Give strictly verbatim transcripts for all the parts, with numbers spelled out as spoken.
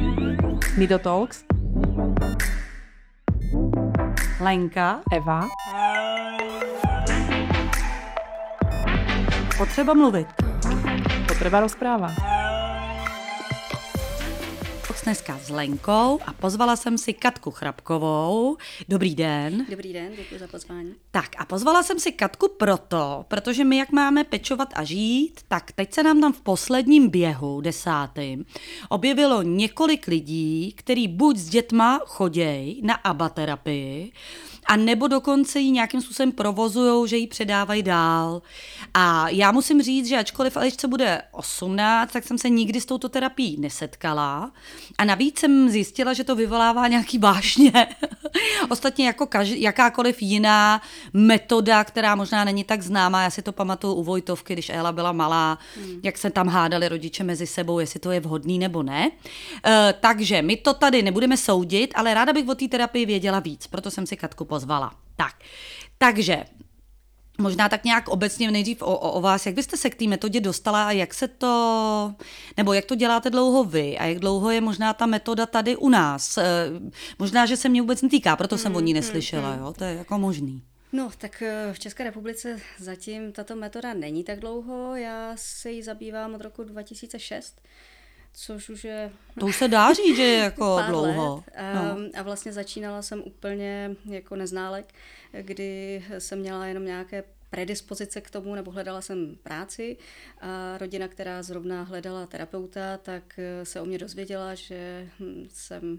Nido Talks. Lenka. Eva. Potřeba mluvit. Potreba rozpráva. Dneska s Lenkou a pozvala jsem si Katku Chrapkovou. Dobrý den. Dobrý den, děkuji za pozvání. Tak a pozvala jsem si Katku proto, protože my jak máme pečovat a žít, tak teď se nám tam v posledním běhu, desátým, objevilo několik lidí, který buď s dětma chodějí na abaterapii, a nebo dokonce ji nějakým způsobem provozujou, že ji předávají dál. A já musím říct, že ačkoliv Elišce bude osmnáct, tak jsem se nikdy s touto terapií nesetkala. A navíc jsem zjistila, že to vyvolává nějaký vášně. Ostatně jako každý, jakákoliv jiná metoda, která možná není tak známá. Já si to pamatuju u Vojtovky, když Ela byla malá, hmm. jak se tam hádali rodiče mezi sebou, jestli to je vhodný nebo ne. E, takže my to tady nebudeme soudit, ale ráda bych o té terapii věděla víc, proto jsem si Katku pozvala. Tak, takže možná tak nějak obecně nejdřív o, o, o vás, jak byste se k té metodě dostala a jak se to, nebo jak to děláte dlouho vy a jak dlouho je možná ta metoda tady u nás. E, možná, že se mě vůbec netýká, proto jsem mm, o ní neslyšela, jo, to je jako možný. No, tak v České republice zatím tato metoda není tak dlouho, já se jí zabývám od roku dva tisíce šest, což už je... To už se dá říct, že je jako pár dlouho. Let. A, no. a vlastně začínala jsem úplně jako neználek, kdy jsem měla jenom nějaké predispozice k tomu, nebo hledala jsem práci a rodina, která zrovna hledala terapeuta, tak se o mě dozvěděla, že jsem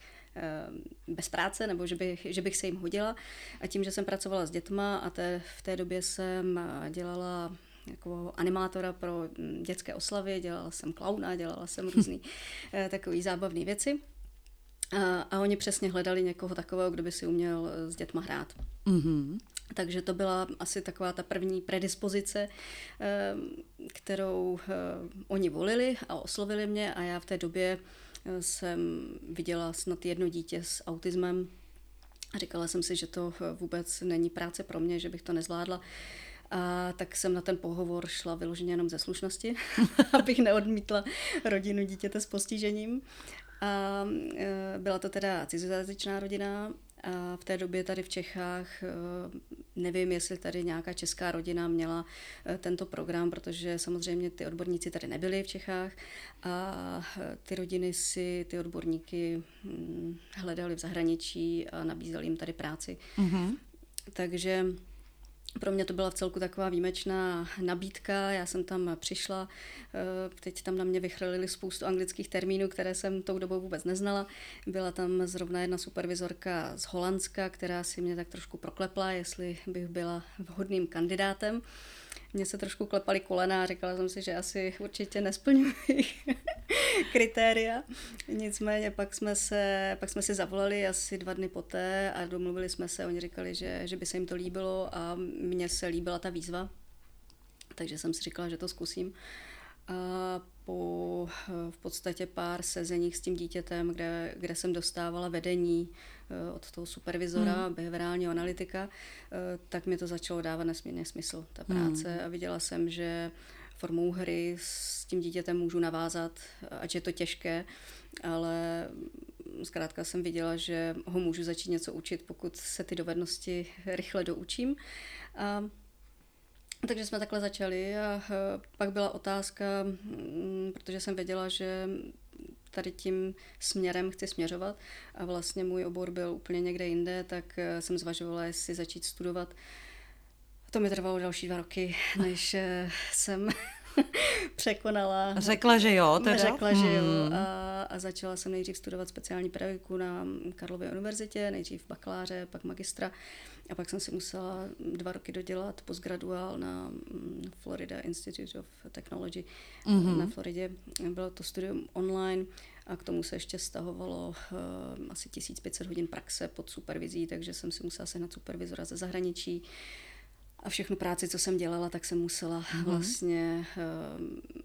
bez práce, nebo že bych, že bych se jim hodila. A tím, že jsem pracovala s dětma a té, v té době jsem dělala jako animátora pro dětské oslavy, dělala jsem klauna, dělala jsem různý takový zábavné věci. A, a oni přesně hledali někoho takového, kdo by si uměl s dětma hrát. Mm-hmm. Takže to byla asi taková ta první predispozice, kterou oni volili a oslovili mě a já v té době jsem viděla snad jedno dítě s autismem a říkala jsem si, že to vůbec není práce pro mě, že bych to nezvládla. A tak jsem na ten pohovor šla vyloženě jenom ze slušnosti, abych neodmítla rodinu dítěte s postižením. A byla to teda cizojazyčná rodina a v té době tady v Čechách nevím, jestli tady nějaká česká rodina měla tento program, protože samozřejmě ty odborníci tady nebyli v Čechách a ty rodiny si ty odborníky hledali v zahraničí a nabízeli jim tady práci. Mm-hmm. Takže pro mě to byla v celku taková výjimečná nabídka, já jsem tam přišla, teď tam na mě vychrlili spoustu anglických termínů, které jsem tou dobou vůbec neznala. Byla tam zrovna jedna supervizorka z Holandska, která si mě tak trošku proklepla, jestli bych byla vhodným kandidátem. Mně se trošku klepaly kolena a říkala jsem si, že asi určitě nesplňuji kritéria. Nicméně pak jsme, se, pak jsme si zavolali asi dva dny poté a domluvili jsme se. Oni říkali, že, že by se jim to líbilo a mně se líbila ta výzva. Takže jsem si říkala, že to zkusím. A po v podstatě pár sezeních s tím dítětem, kde, kde jsem dostávala vedení od toho supervizora, hmm. behaviorálního analytika, tak mi to začalo dávat nesmírně smysl, ta práce. Hmm. A viděla jsem, že formou hry s tím dítětem můžu navázat, ať je to těžké, ale zkrátka jsem viděla, že ho můžu začít něco učit, pokud se ty dovednosti rychle doučím. A takže jsme takhle začali a pak byla otázka, protože jsem věděla, že tady tím směrem chci směřovat a vlastně můj obor byl úplně někde jinde, tak jsem zvažovala, jestli začít studovat. To mi trvalo další dva roky, než jsem překonala. Řekla, že jo, teda? Řekla, že jo. A, a začala jsem nejdřív studovat speciální pedagogiku na Karlově univerzitě, nejdřív bakaláře, pak magistra. A pak jsem si musela dva roky dodělat postgraduál na Florida Institute of Technology mm-hmm. na Floridě. Bylo to studium online a k tomu se ještě stahovalo uh, asi tisíc pět set hodin praxe pod supervizí, takže jsem si musela sehnat supervizora ze zahraničí. A všechnu práci, co jsem dělala, tak jsem musela mm-hmm. vlastně uh,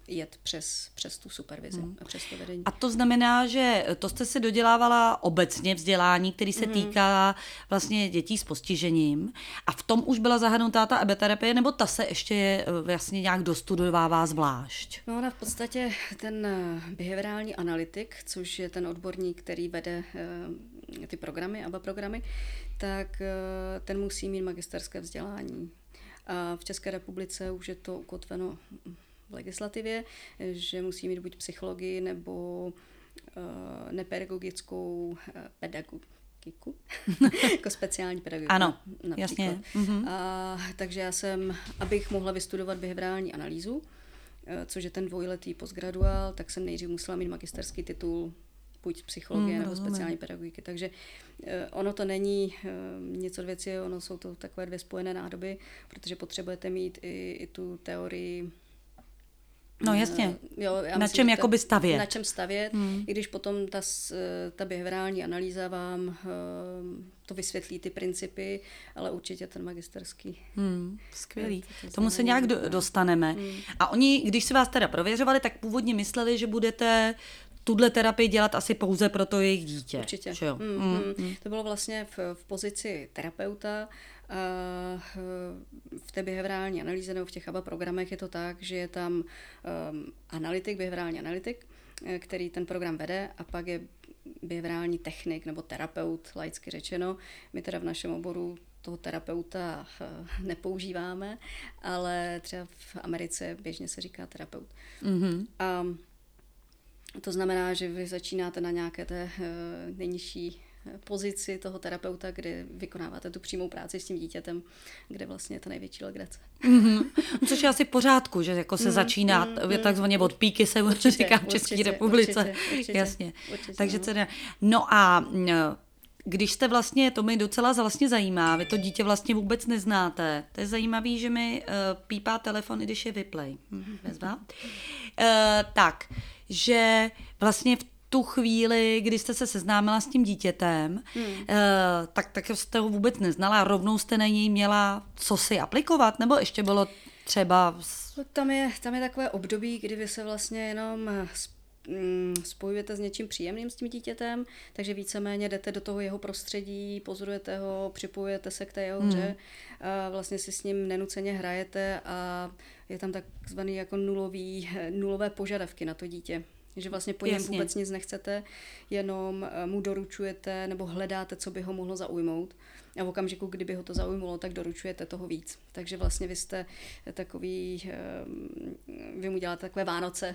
jet přes, přes tu supervizi hmm. a přes to vedení. A to znamená, že to jste si dodělávala obecně vzdělání, který se hmm. týká vlastně dětí s postižením a v tom už byla zahrnutá ta E B terapie, nebo ta se ještě vlastně nějak dostudovává zvlášť? No ona v podstatě ten behaviorální analytik, což je ten odborník, který vede ty programy, A B A programy, tak ten musí mít magisterské vzdělání. A v České republice už je to ukotveno v legislativě, že musí mít buď psychologii nebo uh, nepedagogickou uh, pedagogiku, jako speciální pedagogiku. Ano, například. jasně. Mhm. A, takže já jsem, abych mohla vystudovat behaviorální analýzu, uh, což je ten dvojletý postgraduál, tak jsem nejdřív musela mít magisterský titul buď psychologie mm, nebo rozumím. Speciální pedagogiky. Takže uh, ono to není uh, něco od věci, ono jsou to takové dvě spojené nádoby, protože potřebujete mít i, i tu teorii. No jasně, jo, já na myslím, čem ta, jakoby stavět. Na čem stavět, hmm. i když potom ta, ta behaviorální analýza vám uh, to vysvětlí ty principy, ale určitě ten magisterský. Hmm, skvělý. To, to Tomu se nějak do, dostaneme. Hmm. A oni, když se vás teda prověřovali, tak původně mysleli, že budete tuhle terapii dělat asi pouze pro to jejich dítě. Určitě. Jo? Mm, mm, mm. Mm. To bylo vlastně v, v pozici terapeuta. A v té behaviorální analýze nebo v těch A B A programech je to tak, že je tam um, analytik, behaviorální analytik, který ten program vede, a pak je behaviorální technik nebo terapeut, laicky řečeno. My teda v našem oboru toho terapeuta nepoužíváme, ale třeba v Americe běžně se říká terapeut. Mm-hmm. A to znamená, že vy začínáte na nějaké té nejnižší pozici toho terapeuta, kde vykonáváte tu přímou práci s tím dítětem, kde vlastně je ta největší legrace. Mm-hmm. Což je asi v pořádku, že jako se mm, začíná mm, takzvaně od píky, se určitě, říká v České určitě, republice. Určitě, určitě, Jasně. Určitě, Takže no. co ne. No a když jste vlastně, to mi docela vlastně zajímá, vy to dítě vlastně vůbec neznáte. To je zajímavý, že mi uh, pípá telefon, i když je vyplej. Hm, bezva. Uh, tak, že vlastně v tu chvíli, kdy jste se seznámila s tím dítětem, hmm. uh, tak, tak jste ho vůbec neznala, rovnou jste na něj měla co si aplikovat, nebo ještě bylo třeba... Tam je, tam je takové období, kdy vy se vlastně jenom spojujete s něčím příjemným s tím dítětem, takže víceméně jdete do toho jeho prostředí, pozorujete ho, připojujete se k té jeho hře, hmm. a vlastně si s ním nenuceně hrajete a je tam takzvaný jako nulový, nulové požadavky na to dítě. Že vlastně po něm Jasně. vůbec nic nechcete, jenom mu doručujete nebo hledáte, co by ho mohlo zaujmout. A v okamžiku, kdyby ho to zaujmulo, tak doručujete toho víc. Takže vlastně vy jste takový, vy mu děláte takové Vánoce.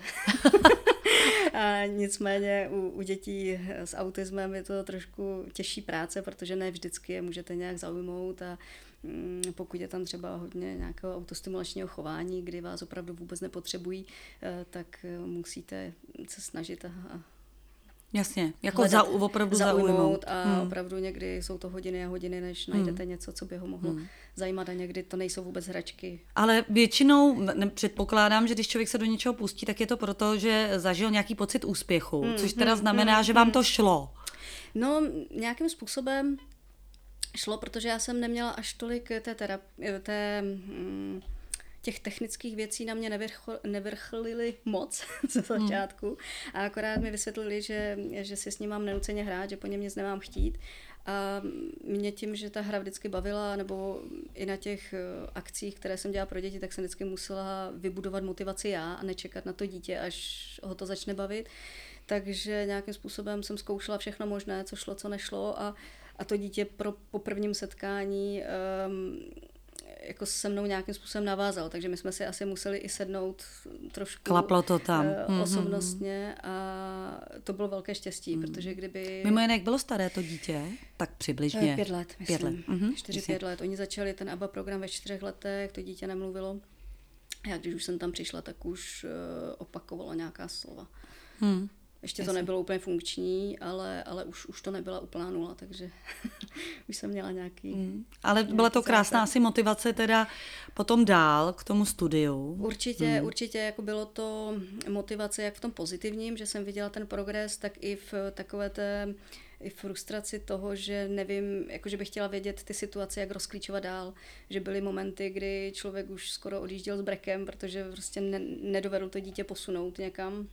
A nicméně u, u dětí s autismem je to trošku těžší práce, protože ne vždycky je můžete nějak zaujmout a pokud je tam třeba hodně nějakého autostimulačního chování, kdy vás opravdu vůbec nepotřebují, tak musíte se snažit a Jasně, jako hledat, za, opravdu zaujmout. zaujmout a hmm. opravdu někdy jsou to hodiny a hodiny, než hmm. najdete něco, co by ho mohlo hmm. zajímat a někdy to nejsou vůbec hračky. Ale většinou předpokládám, že když člověk se do něčeho pustí, tak je to proto, že zažil nějaký pocit úspěchu, hmm. což teda znamená, hmm. že vám to šlo. No, nějakým způsobem šlo, protože já jsem neměla až tolik té, terapie, té mm, těch technických věcí na mě nevrchl, nevrchlily moc ze začátku. Hmm. A akorát mi vysvětlili, že, že si s ním mám nenuceně hrát, že po něm nic nemám chtít. A mě tím, že ta hra vždycky bavila, nebo i na těch akcích, které jsem dělala pro děti, tak jsem vždycky musela vybudovat motivaci já a nečekat na to dítě, až ho to začne bavit. Takže nějakým způsobem jsem zkoušela všechno možné, co šlo, co nešlo a, a to dítě pro, po prvním setkání um, jako se mnou nějakým způsobem navázal, takže my jsme si asi museli i sednout trošku Klaplo to tam. Uh, osobnostně a to bylo velké štěstí, mm. protože kdyby... Mimo jiné, jak bylo staré to dítě? Tak přibližně. Pět let, myslím. Pět let. Mm-hmm. Čtyři, pět let. Oni začali ten A B A program ve čtyřech letech, to dítě nemluvilo. Já když už jsem tam přišla, tak už uh, opakovalo nějaká slova. Mm. Ještě Jasně. to nebylo úplně funkční, ale, ale už, už to nebyla úplná nula, takže už jsem měla nějaký... Mm. Ale nějaký byla to krásná základ. Asi motivace teda potom dál k tomu studiu. Určitě, mm. určitě jako bylo to motivace jak v tom pozitivním, že jsem viděla ten progres, tak i v takové té i frustraci toho, že nevím, jakože bych chtěla vědět ty situace, jak rozklíčovat dál, že byly momenty, kdy člověk už skoro odjížděl s brekem, protože prostě ne, nedovedl to dítě posunout někam.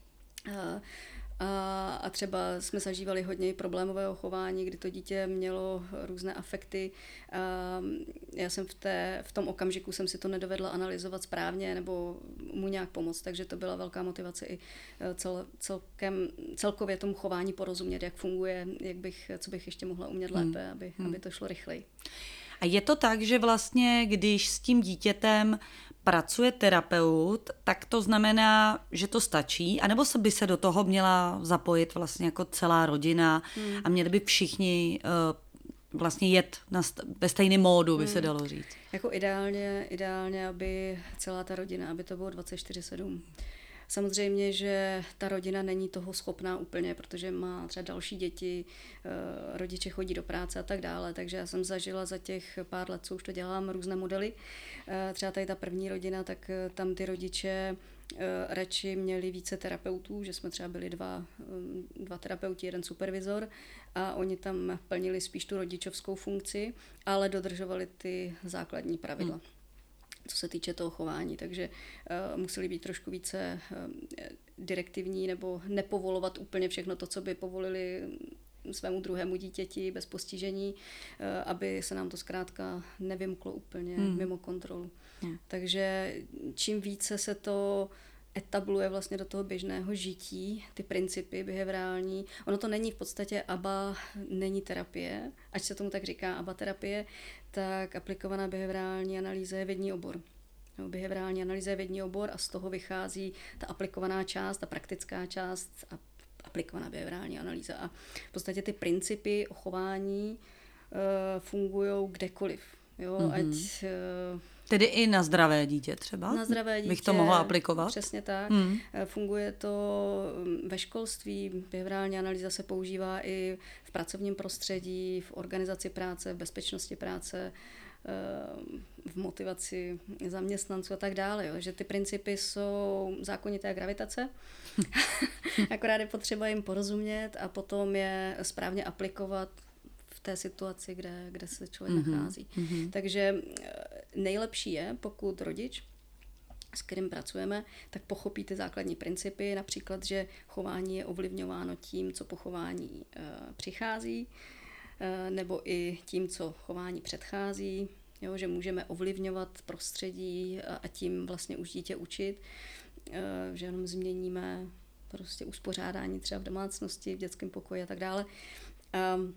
A, a, a třeba jsme zažívali hodně problémového chování, kdy to dítě mělo různé afekty. A já jsem v, té, v tom okamžiku jsem si to nedovedla analyzovat správně nebo mu nějak pomoct, takže to byla velká motivace i cel, celkem, celkově tomu chování porozumět, jak funguje, jak bych, co bych ještě mohla umět lépe, aby, hmm. aby to šlo rychleji. A je to tak, že vlastně, když s tím dítětem pracuje terapeut, tak to znamená, že to stačí, anebo se by se do toho měla zapojit vlastně jako celá rodina hmm. a měli by všichni uh, vlastně jet na st- ve stejném módu, by hmm. se dalo říct. Jako ideálně, ideálně, aby celá ta rodina, aby to bylo dvacet čtyři sedm. Samozřejmě, že ta rodina není toho schopná úplně, protože má třeba další děti, rodiče chodí do práce a tak dále, takže já jsem zažila za těch pár let, co už to dělám, různé modely. Třeba tady ta první rodina, tak tam ty rodiče radši měli více terapeutů, že jsme třeba byli dva, dva terapeuti, jeden supervizor a oni tam plnili spíš tu rodičovskou funkci, ale dodržovali ty základní pravidla. Hmm. co se týče toho chování, takže uh, museli být trošku více uh, direktivní nebo nepovolovat úplně všechno to, co by povolili svému druhému dítěti bez postižení, uh, aby se nám to zkrátka nevymklo úplně hmm. mimo kontrolu. Hmm. Takže čím více se to etabluje vlastně do toho běžného žití, ty principy behaviorální. Ono to není v podstatě A B A, není terapie, ať se tomu tak říká A B A terapie, tak aplikovaná behaviorální analýza je vědní obor. No, behaviorální analýza je vědní obor a z toho vychází ta aplikovaná část, ta praktická část a aplikovaná behaviorální analýza. A v podstatě ty principy o chování uh, fungují kdekoliv. Jo, mm-hmm. ať... Uh, Tedy i na zdravé dítě třeba? Na zdravé dítě. Bych to mohla aplikovat? Přesně tak. Hmm. Funguje to ve školství, behaviorální analýza se používá i v pracovním prostředí, v organizaci práce, v bezpečnosti práce, v motivaci zaměstnanců a tak dále. Jo. Že ty principy jsou zákonité gravitace, akorát je potřeba jim porozumět a potom je správně aplikovat v té situaci, kde, kde se člověk mm-hmm. nachází. Mm-hmm. Takže nejlepší je, pokud rodič, s kterým pracujeme, tak pochopí ty základní principy, například, že chování je ovlivňováno tím, co po chování e, přichází, e, nebo i tím, co chování předchází, jo, že můžeme ovlivňovat prostředí a, a tím vlastně už dítě učit, e, že jenom změníme prostě uspořádání třeba v domácnosti, v dětském pokoji a tak dále. E,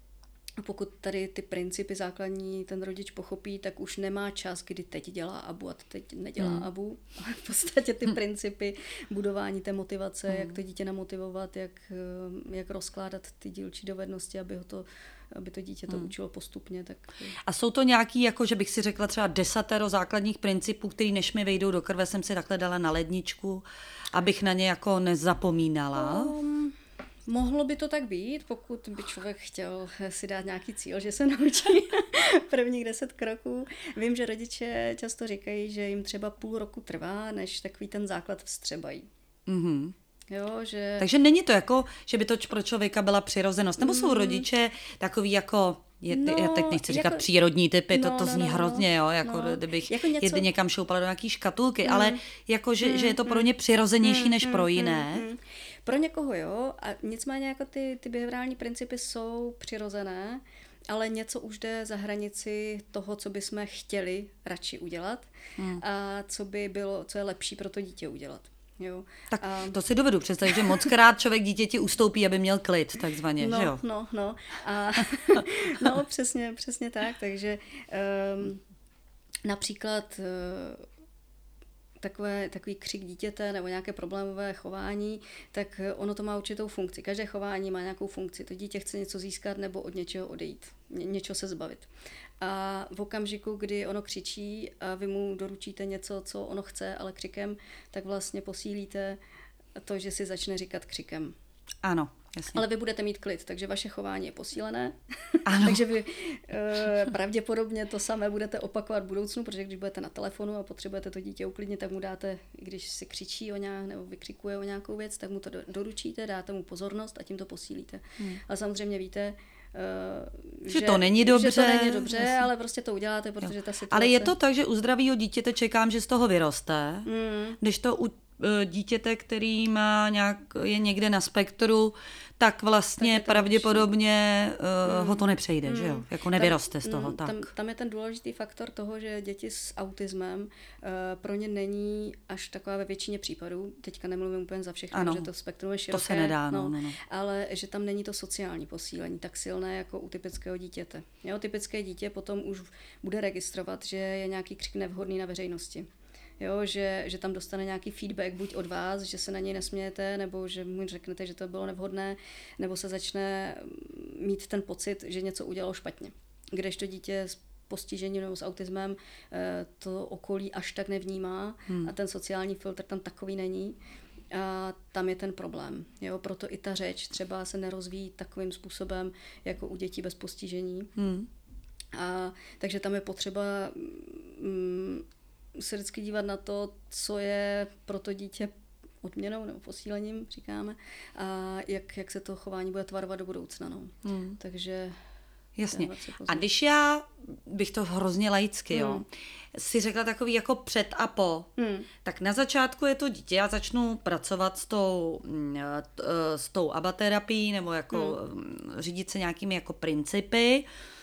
Pokud tady ty principy základní ten rodič pochopí, tak už nemá čas, kdy teď dělá abu a teď nedělá hmm. abu. Ale v podstatě ty principy budování té motivace, hmm. jak to dítě namotivovat, jak, jak rozkládat ty dílčí dovednosti, aby, ho to, aby to dítě to hmm. učilo postupně. Tak... A jsou to nějaký, jako že bych si řekla třeba desatero základních principů, který než mi vejdou do krve, jsem si takhle dala na ledničku, abych na ně jako nezapomínala? Um... Mohlo by to tak být, pokud by člověk chtěl si dát nějaký cíl, že se naučí prvních deset kroků. Vím, že rodiče často říkají, že jim třeba půl roku trvá, než takový ten základ vstřebají. Mm-hmm. Jo, že... Takže není to jako, že by to pro člověka byla přirozenost. Nebo jsou rodiče takový jako... Je, no, já teď nechci říkat jako, přírodní typy, no, to, to zní no, no, hrozně, jo, jako no, kdybych jako něco... někam šoupala do nějaký škatulky, mm. ale jako, že, mm, že je to pro ně přirozenější mm, než mm, pro jiné. Mm, mm. Pro někoho jo, a nicméně jako ty, ty behaviorální principy jsou přirozené, ale něco už jde za hranici toho, co bychom chtěli radši udělat mm. a co by bylo, co je lepší pro to dítě udělat. Jo. Tak a... to si dovedu představit, že mockrát člověk dítěti ustoupí, aby měl klid, takzvaně, no, že jo? No, no, a no, přesně, přesně tak, takže um, například uh, takové, takový křik dítěte nebo nějaké problémové chování, tak ono to má určitou funkci. Každé chování má nějakou funkci. To dítě chce něco získat nebo od něčeho odejít, ně, něčeho se zbavit. A v okamžiku, kdy ono křičí a vy mu doručíte něco, co ono chce, ale křikem, tak vlastně posílíte to, že si začne říkat křikem. Ano, jasně. Ale vy budete mít klid, takže vaše chování je posílené. Ano. Takže vy e, pravděpodobně to samé budete opakovat v budoucnu, protože když budete na telefonu a potřebujete to dítě uklidnit, tak mu dáte, když si křičí o nějak, nebo vykřikuje o nějakou věc, tak mu to doručíte, dáte mu pozornost a tím to posílíte. Hmm. Ale samozřejmě víte, Uh, že, že to není dobře. Že to není dobře, jasný. Ale prostě to uděláte, protože jo. ta situace... Ale je to tak, že u zdravého dítěte čekám, že z toho vyroste, mm. když to u dítěte, který má nějak, je někde na spektru, tak vlastně tak pravděpodobně uh, mm. ho to nepřejde, mm. že jo? Jako nevyroste z toho. Mm, tak. Tam, tam je ten důležitý faktor toho, že děti s autismem uh, pro ně není až taková ve většině případů, teďka nemluvím úplně za všechno, ano. že to spektrum je široké, to se nedá, no, no, no, no. ale že tam není to sociální posílení tak silné jako u typického dítěte. Jo, typické dítě potom už bude registrovat, že je nějaký křik nevhodný na veřejnosti. Jo, že, že tam dostane nějaký feedback buď od vás, že se na něj nesmějete, nebo že mu řeknete, že to bylo nevhodné, nebo se začne mít ten pocit, že něco udělalo špatně. Kdežto dítě s postižením nebo s autismem to okolí až tak nevnímá hmm. a ten sociální filtr tam takový není. A tam je ten problém. Jo? Proto i ta řeč třeba se nerozvíjí takovým způsobem, jako u dětí bez postižení. Hmm. A, takže tam je potřeba mm, se vždycky dívat na to, co je pro to dítě odměnou nebo posílením, říkáme, a jak, jak se to chování bude tvarovat do budoucna. No. Hmm. Takže... Jasně. A když já bych to hrozně laicky, hmm. jo, si řekla takový jako před a po, hmm. tak na začátku je to dítě, já začnu pracovat s tou, s tou abaterapií nebo jako hmm. řídit se nějakými jako principy.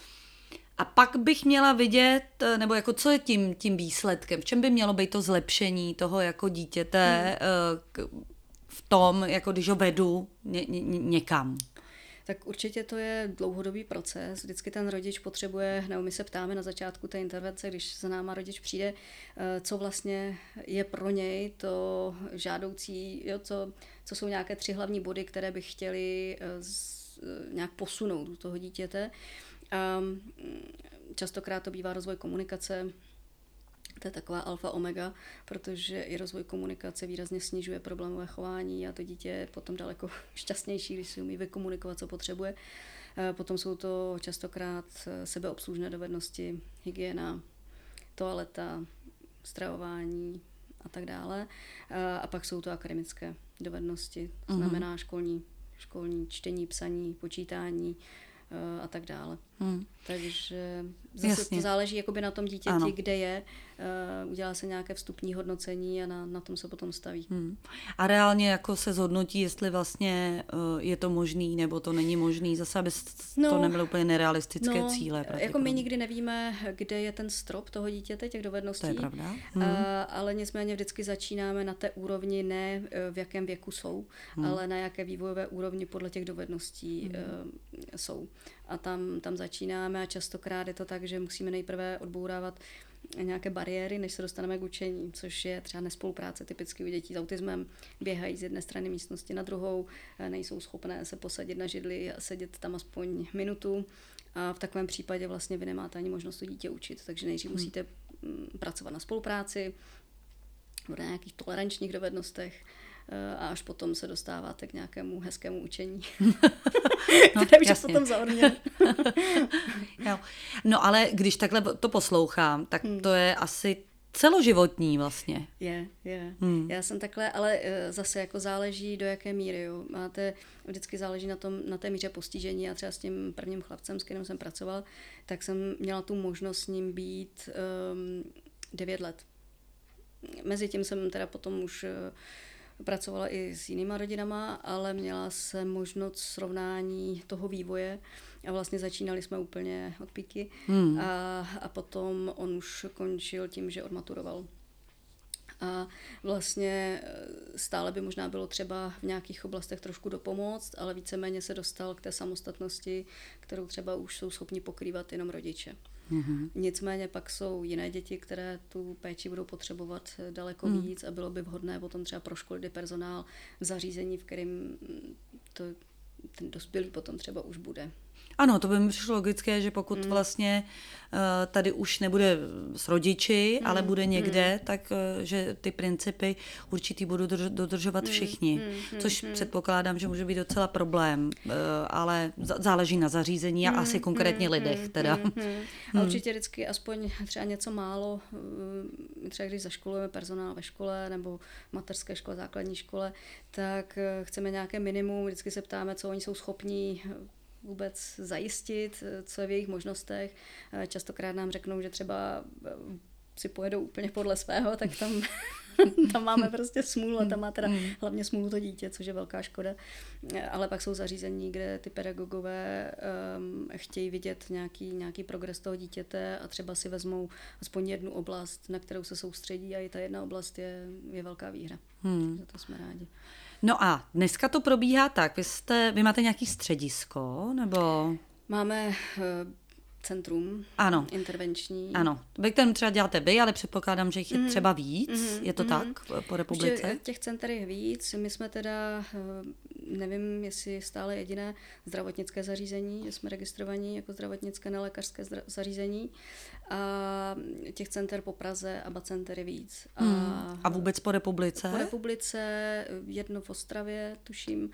A pak bych měla vidět, nebo jako co je tím, tím výsledkem, v čem by mělo být to zlepšení toho jako dítěte hmm. v tom, jako když ho vedu ně, ně, někam. Tak určitě to je dlouhodobý proces. Vždycky ten rodič potřebuje, nebo my se ptáme na začátku té intervence, když za náma rodič přijde, co vlastně je pro něj to žádoucí, jo, co, co jsou nějaké tři hlavní body, které by chtěli z, nějak posunout do toho dítěte. A častokrát to bývá rozvoj komunikace, to je taková alfa omega, protože i rozvoj komunikace výrazně snižuje problémové chování a to dítě je potom daleko šťastnější, když si umí vykomunikovat, co potřebuje. Potom jsou to častokrát sebeobslužné dovednosti, hygiena, toaleta, stravování a tak dále. A pak jsou to akademické dovednosti, to znamená školní, školní čtení, psaní, počítání a tak dále. Hmm. Takže zase Jasně. to záleží jakoby na tom dítěti, ano. kde je, uh, udělá se nějaké vstupní hodnocení a na, na tom se potom staví. Hmm. A reálně jako se zhodnotí, jestli vlastně uh, je to možný, nebo to není možný, zase aby no, to nebyly úplně nerealistické no, cíle. Jako my nikdy nevíme, kde je ten strop toho dítěte, těch dovedností. To je pravda. Hmm. Uh, ale nicméně vždycky začínáme na té úrovni, ne v jakém věku jsou, hmm. ale na jaké vývojové úrovni podle těch dovedností hmm. uh, jsou. A tam, tam začínáme a častokrát je to tak, že musíme nejprve odbourávat nějaké bariéry, než se dostaneme k učení, což je třeba nespolupráce typicky u dětí s autismem. Běhají z jedné strany místnosti na druhou, nejsou schopné se posadit na židli a sedět tam aspoň minutu. A v takovém případě vlastně vy nemáte ani možnost to dítě učit, takže nejdřív hmm. musíte pracovat na spolupráci, na nějakých tolerančních dovednostech, a až potom se dostáváte k nějakému hezkému učení. No, které už je potom zaorněné. No ale když takhle to poslouchám, tak hmm. to je asi celoživotní vlastně. Je, je. Hmm. Já jsem takhle, ale zase jako záleží do jaké míry. Jo. Máte, vždycky záleží na, tom, na té míře postižení. Já třeba s tím prvním chlapcem, s kterým jsem pracoval, tak jsem měla tu možnost s ním být um, devět let. Mezi tím jsem teda potom už pracovala i s jinýma rodinama, ale měla jsem možnost srovnání toho vývoje a vlastně začínali jsme úplně od píky hmm. a, a potom on už končil tím, že odmaturoval. A vlastně stále by možná bylo třeba v nějakých oblastech trošku dopomoct, ale víceméně se dostal k té samostatnosti, kterou třeba už jsou schopni pokrývat jenom rodiče. Mm-hmm. Nicméně pak jsou jiné děti, které tu péči budou potřebovat daleko mm. víc a bylo by vhodné potom třeba proškolit personál v zařízení, v kterém to, ten dospělý potom třeba už bude. Ano, to by mi přišlo logické, že pokud mm. vlastně uh, tady už nebude s rodiči, mm. ale bude někde, mm. tak uh, že ty principy určitý budou dodržovat všichni. Mm. Což mm. předpokládám, že může být docela problém, uh, ale záleží na zařízení a mm. asi konkrétně mm. lidech teda. Mm. Mm. A určitě vždycky aspoň třeba něco málo, třeba když zaškolujeme personál ve škole nebo v mateřské škole, základní škole, tak chceme nějaké minimum, vždycky se ptáme, co oni jsou schopní vůbec zajistit, co je v jejich možnostech. Častokrát nám řeknou, že třeba si pojedou úplně podle svého, tak tam, tam máme prostě smůlu a tam má teda hlavně smůlu to dítě, což je velká škoda. Ale pak jsou zařízení, kde ty pedagogové um, chtějí vidět nějaký, nějaký progres toho dítěte a třeba si vezmou aspoň jednu oblast, na kterou se soustředí a i ta jedna oblast je, je velká výhra. Hmm. Za to jsme rádi. No a dneska to probíhá tak, vy, jste, vy máte nějaký středisko, nebo? Máme uh, centrum ano. intervenční. Ano, ve kterém třeba děláte vy, ale předpokládám, že jich je mm. třeba víc, mm. je to mm. tak po republice? Už těch center je víc, my jsme teda, nevím, jestli stále jediné zdravotnické zařízení, že jsme registrovaní jako zdravotnické nelékařské zařízení a těch center po Praze a center je víc. A, mm. a vůbec po republice? Po republice, jedno v Ostravě, tuším.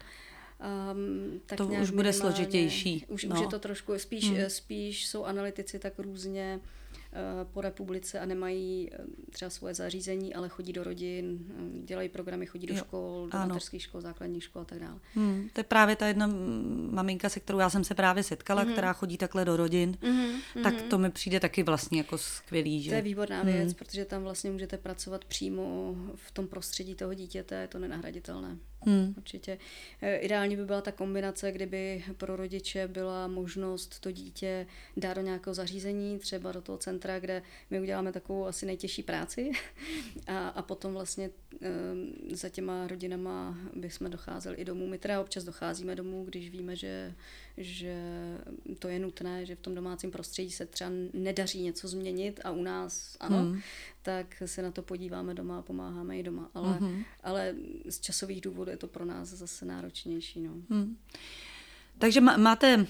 Um, tak to už bude složitější. Už, no. už je to trošku, spíš, hmm. spíš jsou analytici tak různě uh, po republice a nemají uh, třeba svoje zařízení, ale chodí do rodin, um, dělají programy, chodí do jo. škol, do mateřských škol, základních škol a tak dále. Hmm. To je právě ta jedna maminka, se kterou já jsem se právě setkala, hmm. která chodí takhle do rodin, hmm. tak to mi přijde taky vlastně jako skvělý. Že? To je výborná věc, hmm. protože tam vlastně můžete pracovat přímo v tom prostředí toho dítěte, je to nenahraditelné. Hmm. Určitě. Ideální by byla ta kombinace, kdyby pro rodiče byla možnost to dítě dát do nějakého zařízení, třeba do toho centra, kde my uděláme takovou asi nejtěžší práci a, a potom vlastně e, za těma rodinama bychom docházeli i domů. My teda občas docházíme domů, když víme, že, že to je nutné, že v tom domácím prostředí se třeba nedaří něco změnit a u nás ano, hmm. tak se na to podíváme doma a pomáháme i doma. Ale, hmm. ale z časových důvodů je to pro nás zase náročnější. No. Hmm. Takže máte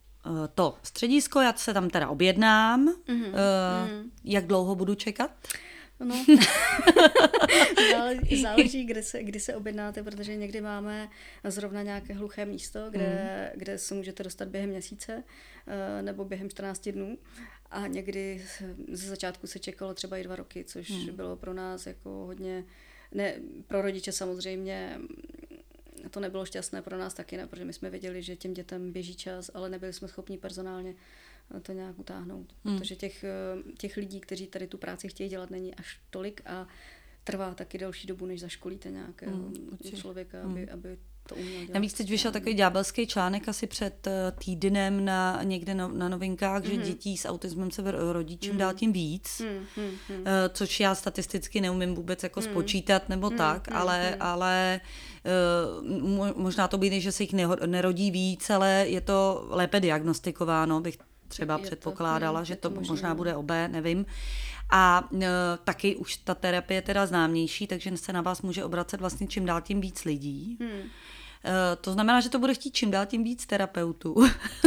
to středisko, já se tam teda objednám. Mm-hmm. Uh, jak dlouho budu čekat? No, záleží, záleží kdy, se, kdy se objednáte, protože někdy máme zrovna nějaké hluché místo, kde, mm. kde se můžete dostat během měsíce nebo během čtrnácti dnů. A někdy ze začátku se čekalo třeba i dva roky, což mm. bylo pro nás jako hodně, ne, pro rodiče samozřejmě to nebylo šťastné, pro nás taky ne, protože my jsme věděli, že těm dětem běží čas, ale nebyli jsme schopni personálně to nějak utáhnout. Hmm. Protože těch, těch lidí, kteří tady tu práci chtějí dělat, není až tolik a trvá taky delší dobu, než zaškolíte nějakého hmm, člověka, aby, hmm. aby to uměl dělat. Navíc teď vyšel takový ďábelský článek asi před týdnem na, někde no, na novinkách, mm-hmm. že dětí s autismem se rodí čím mm-hmm. dál tím víc, mm-hmm. což já statisticky neumím vůbec jako mm-hmm. spočítat nebo mm-hmm. tak, ale, mm-hmm. ale možná to být, že se jich nerodí víc, ale je to lépe diagnostikováno, bych třeba je předpokládala, to, že to, to možná bude obé, nevím. A e, taky už ta terapie je teda známější, takže se na vás může obracet vlastně čím dál tím víc lidí. Hmm. E, to znamená, že to bude chtít čím dál tím víc terapeutů.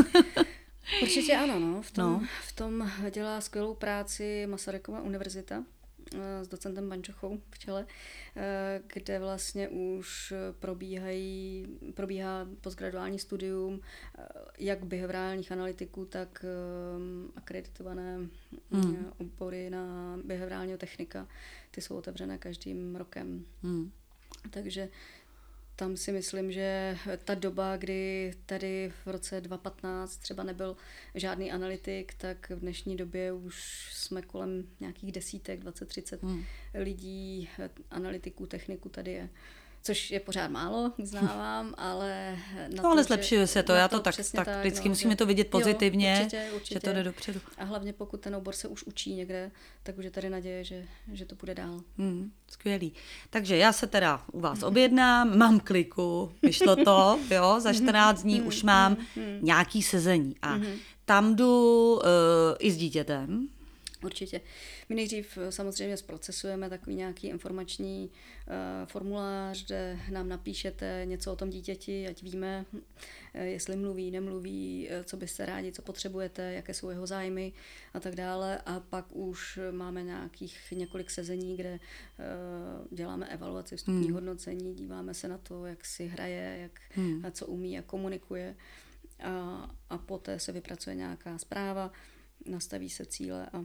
Určitě ano, no. V tom, no. v tom dělá skvělou práci Masarykova univerzita s docentem Bančochou v čele, kde vlastně už probíhají, probíhá postgraduální studium jak behaviorálních analytiků, tak akreditované mm. obory na behaviorálního technika. Ty jsou otevřené každým rokem. Mm. Takže tam si myslím, že ta doba, kdy tady v roce dva tisíce patnáct třeba nebyl žádný analytik, tak v dnešní době už jsme kolem nějakých desítek, dvacet třicet hmm. lidí, analytiků, techniků tady je. Což je pořád málo, uznávám, ale... Na no ale to, zlepšuje se to, já to tak, tak, tak vždycky no, musíme to vidět pozitivně, jo, určitě, určitě. že to jde dopředu. A hlavně pokud ten obor se už učí někde, tak už je tady naděje, že, že to půjde dál. Hmm, skvělý. Takže já se teda u vás objednám, mám kliku, vyšlo to, jo, za čtrnáct dní už mám nějaký sezení a tam jdu uh, i s dítětem. Určitě. My nejdřív samozřejmě zprocesujeme takový nějaký informační uh, formulář, kde nám napíšete něco o tom dítěti, ať víme, uh, jestli mluví, nemluví, uh, co byste rádi, co potřebujete, jaké jsou jeho zájmy a tak dále. A pak už máme nějakých několik sezení, kde uh, děláme evaluaci, vstupní hmm. hodnocení, díváme se na to, jak si hraje, jak, hmm. a co umí, jak komunikuje. A, a poté se vypracuje nějaká zpráva, nastaví se cíle a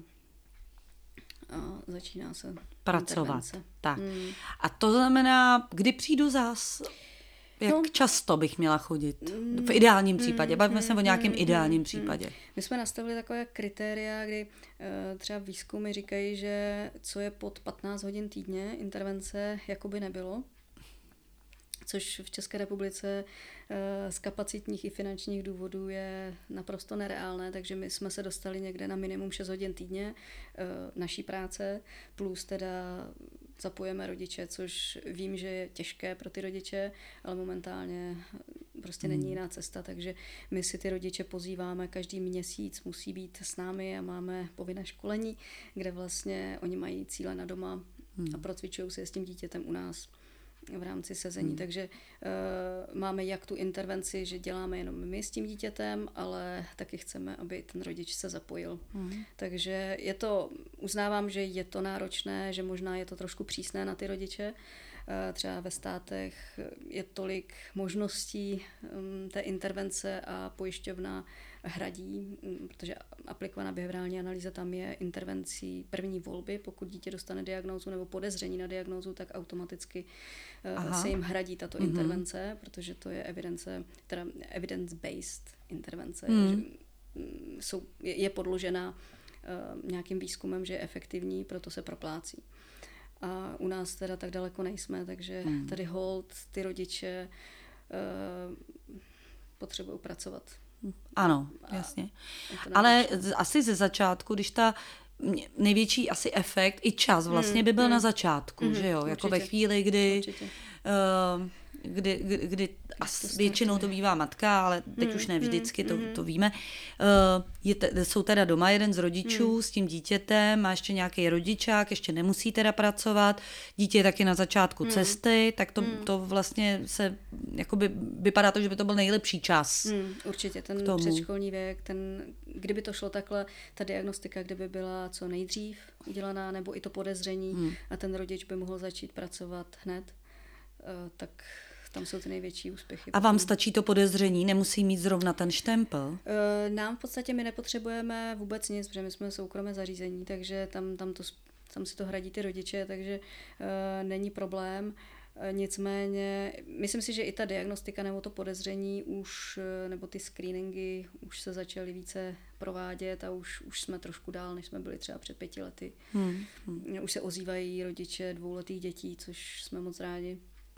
a začíná se pracovat. Intervence. Tak. Hmm. A to znamená, kdy přijdu zás, jak no. často bych měla chodit? V ideálním případě. Bavíme hmm. se o nějakém hmm. ideálním hmm. případě. My jsme nastavili takové kritéria, kdy uh, třeba výzkumy říkají, že co je pod patnáct hodin týdně intervence jakoby nebylo. Což v České republice z kapacitních i finančních důvodů je naprosto nereálné, takže my jsme se dostali někde na minimum šest hodin týdně naší práce, plus teda zapojeme rodiče, což vím, že je těžké pro ty rodiče, ale momentálně prostě není jiná cesta, takže my si ty rodiče pozýváme, každý měsíc musí být s námi a máme povinné školení, kde vlastně oni mají cíle na doma a procvičují si s tím dítětem u nás v rámci sezení. Hmm. Takže uh, máme jak tu intervenci, že děláme jenom my s tím dítětem, ale taky chceme, aby ten rodič se zapojil. Hmm. Takže je to, uznávám, že je to náročné, že možná je to trošku přísné na ty rodiče. Uh, třeba ve státech je tolik možností um, té intervence a pojišťovna hradí, um, protože aplikovaná behaviorální analýza tam je intervencí první volby. Pokud dítě dostane diagnózu nebo podezření na diagnózu, tak automaticky uh, se jim hradí tato mm-hmm. intervence, protože to je evidence, teda evidence-based intervence. Mm. Že, um, jsou, je, je podložená uh, nějakým výzkumem, že je efektivní, proto se proplácí. A u nás teda tak daleko nejsme, takže mm. tady hold ty rodiče uh, potřebují pracovat. Ano, jasně. Ale asi ze začátku, když ta největší asi efekt i čas vlastně by byl hmm, na začátku, hmm, že jo? Jako určitě. Ve chvíli, kdy, uh, kdy, kdy, kdy as, většinou to bývá matka, ale teď hmm, už ne vždycky, hmm, to, to víme. Uh, je te, jsou teda doma jeden z rodičů hmm. s tím dítětem, má ještě nějaký rodičák, ještě nemusí teda pracovat, dítě je taky na začátku hmm. cesty, tak to, hmm. to vlastně se, jakoby vypadá to, že by to byl nejlepší čas. Hmm, určitě, ten předškolní věk, ten, kdyby to šlo takhle, ta diagnostika, kdyby byla co nejdřív udělaná, nebo i to podezření hmm. a ten rodič by mohl začít pracovat hned, uh, tak tam jsou ty největší úspěchy. A vám stačí to podezření? Nemusí mít zrovna ten štempel? Nám v podstatě my nepotřebujeme vůbec nic, protože my jsme soukromé zařízení, takže tam, tam, to, tam si to hradí ty rodiče, takže uh, není problém. Uh, nicméně, myslím si, že i ta diagnostika nebo to podezření už, uh, nebo ty screeningy už se začaly více provádět a už, už jsme trošku dál, než jsme byli třeba před pěti lety. Hmm. Hmm. Už se ozývají rodiče dvouletých dětí, což jsme moc rádi.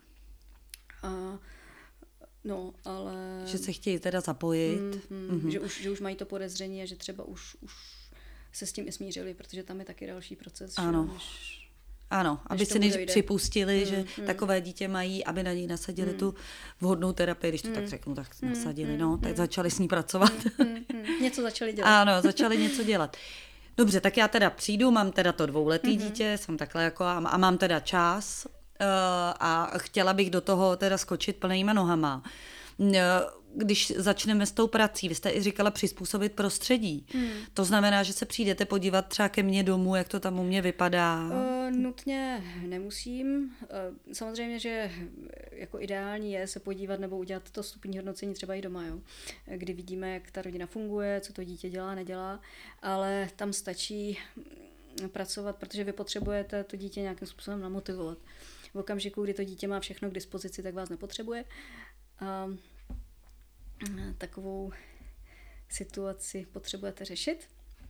A, no, ale... Že se chtějí teda zapojit. Mm, mm, mm-hmm. že, už, že už mají to podezření a že třeba už, už se s tím i smířili, protože tam je taky další proces. Ano, že, než, ano aby než si než dojde. připustili, mm, že mm. takové dítě mají, aby na něj nasadili mm. tu vhodnou terapii, když to mm. tak řeknu, tak mm, nasadili, mm, no, mm, tak začali s ní pracovat. Mm, mm, mm. Něco začali dělat. Ano, začali něco dělat. Dobře, tak já teda přijdu, mám teda to dvouletý mm-hmm. dítě, jsem takhle jako a, a mám teda čas, Uh, a chtěla bych do toho teda skočit plnýma nohama. Uh, když začneme s tou prací, vy jste i říkala přizpůsobit prostředí. Hmm. To znamená, že se přijdete podívat třeba ke mně domů, jak to tam u mě vypadá? Uh, nutně nemusím. Uh, samozřejmě, že jako ideální je se podívat nebo udělat to vstupní hodnocení třeba i doma, jo? Kdy vidíme, jak ta rodina funguje, co to dítě dělá, nedělá, ale tam stačí pracovat, protože vy potřebujete to dítě nějakým způsobem namotivovat. V okamžiku, kdy to dítě má všechno k dispozici, tak vás nepotřebuje. A takovou situaci potřebujete řešit.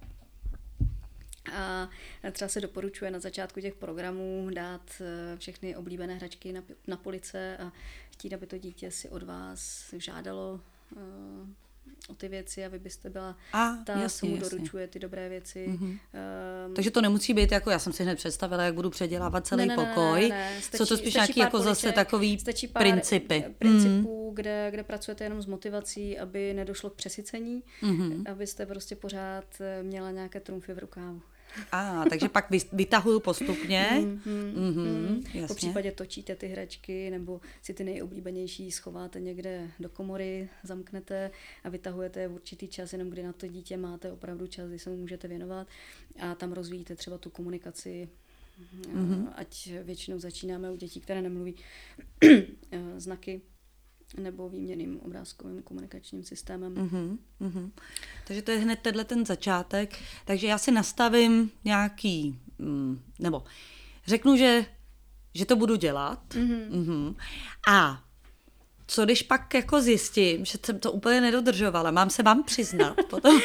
A třeba se doporučuje na začátku těch programů dát všechny oblíbené hračky na, na police a chtít, aby to dítě si od vás žádalo o ty věci a vy byste byla a, ta, jasně, co mu jasně. doručuje ty dobré věci. Mm-hmm. Um, Takže to nemusí být jako, já jsem si hned představila, jak budu předělávat celý ne, ne, pokoj. Ne, ne, ne. Stačí, Jsou to spíš nějaký jako poliček, zase takový pár principy. principů, mm. kde, kde pracujete jenom s motivací, aby nedošlo k přesycení, mm-hmm. abyste prostě pořád měla nějaké trumfy v rukávu. A, ah, takže pak vytahuju postupně. Mm, mm, mm, mm. Po případě točíte ty hračky, nebo si ty nejoblíbenější schováte někde do komory, zamknete a vytahujete je v určitý čas, jenom kdy na to dítě máte opravdu čas, kdy se mu můžete věnovat a tam rozvíjíte třeba tu komunikaci. Mm-hmm. Ať většinou začínáme u dětí, které nemluví, znaky nebo výměnným obrázkovým komunikačním systémem. Mm-hmm, mm-hmm. Takže to je hned tenhle ten začátek. Takže já si nastavím nějaký, mm, nebo řeknu, že, že to budu dělat. Mm-hmm. Mm-hmm. A co když pak jako zjistím, že jsem to úplně nedodržovala? Mám se vám přiznat potom?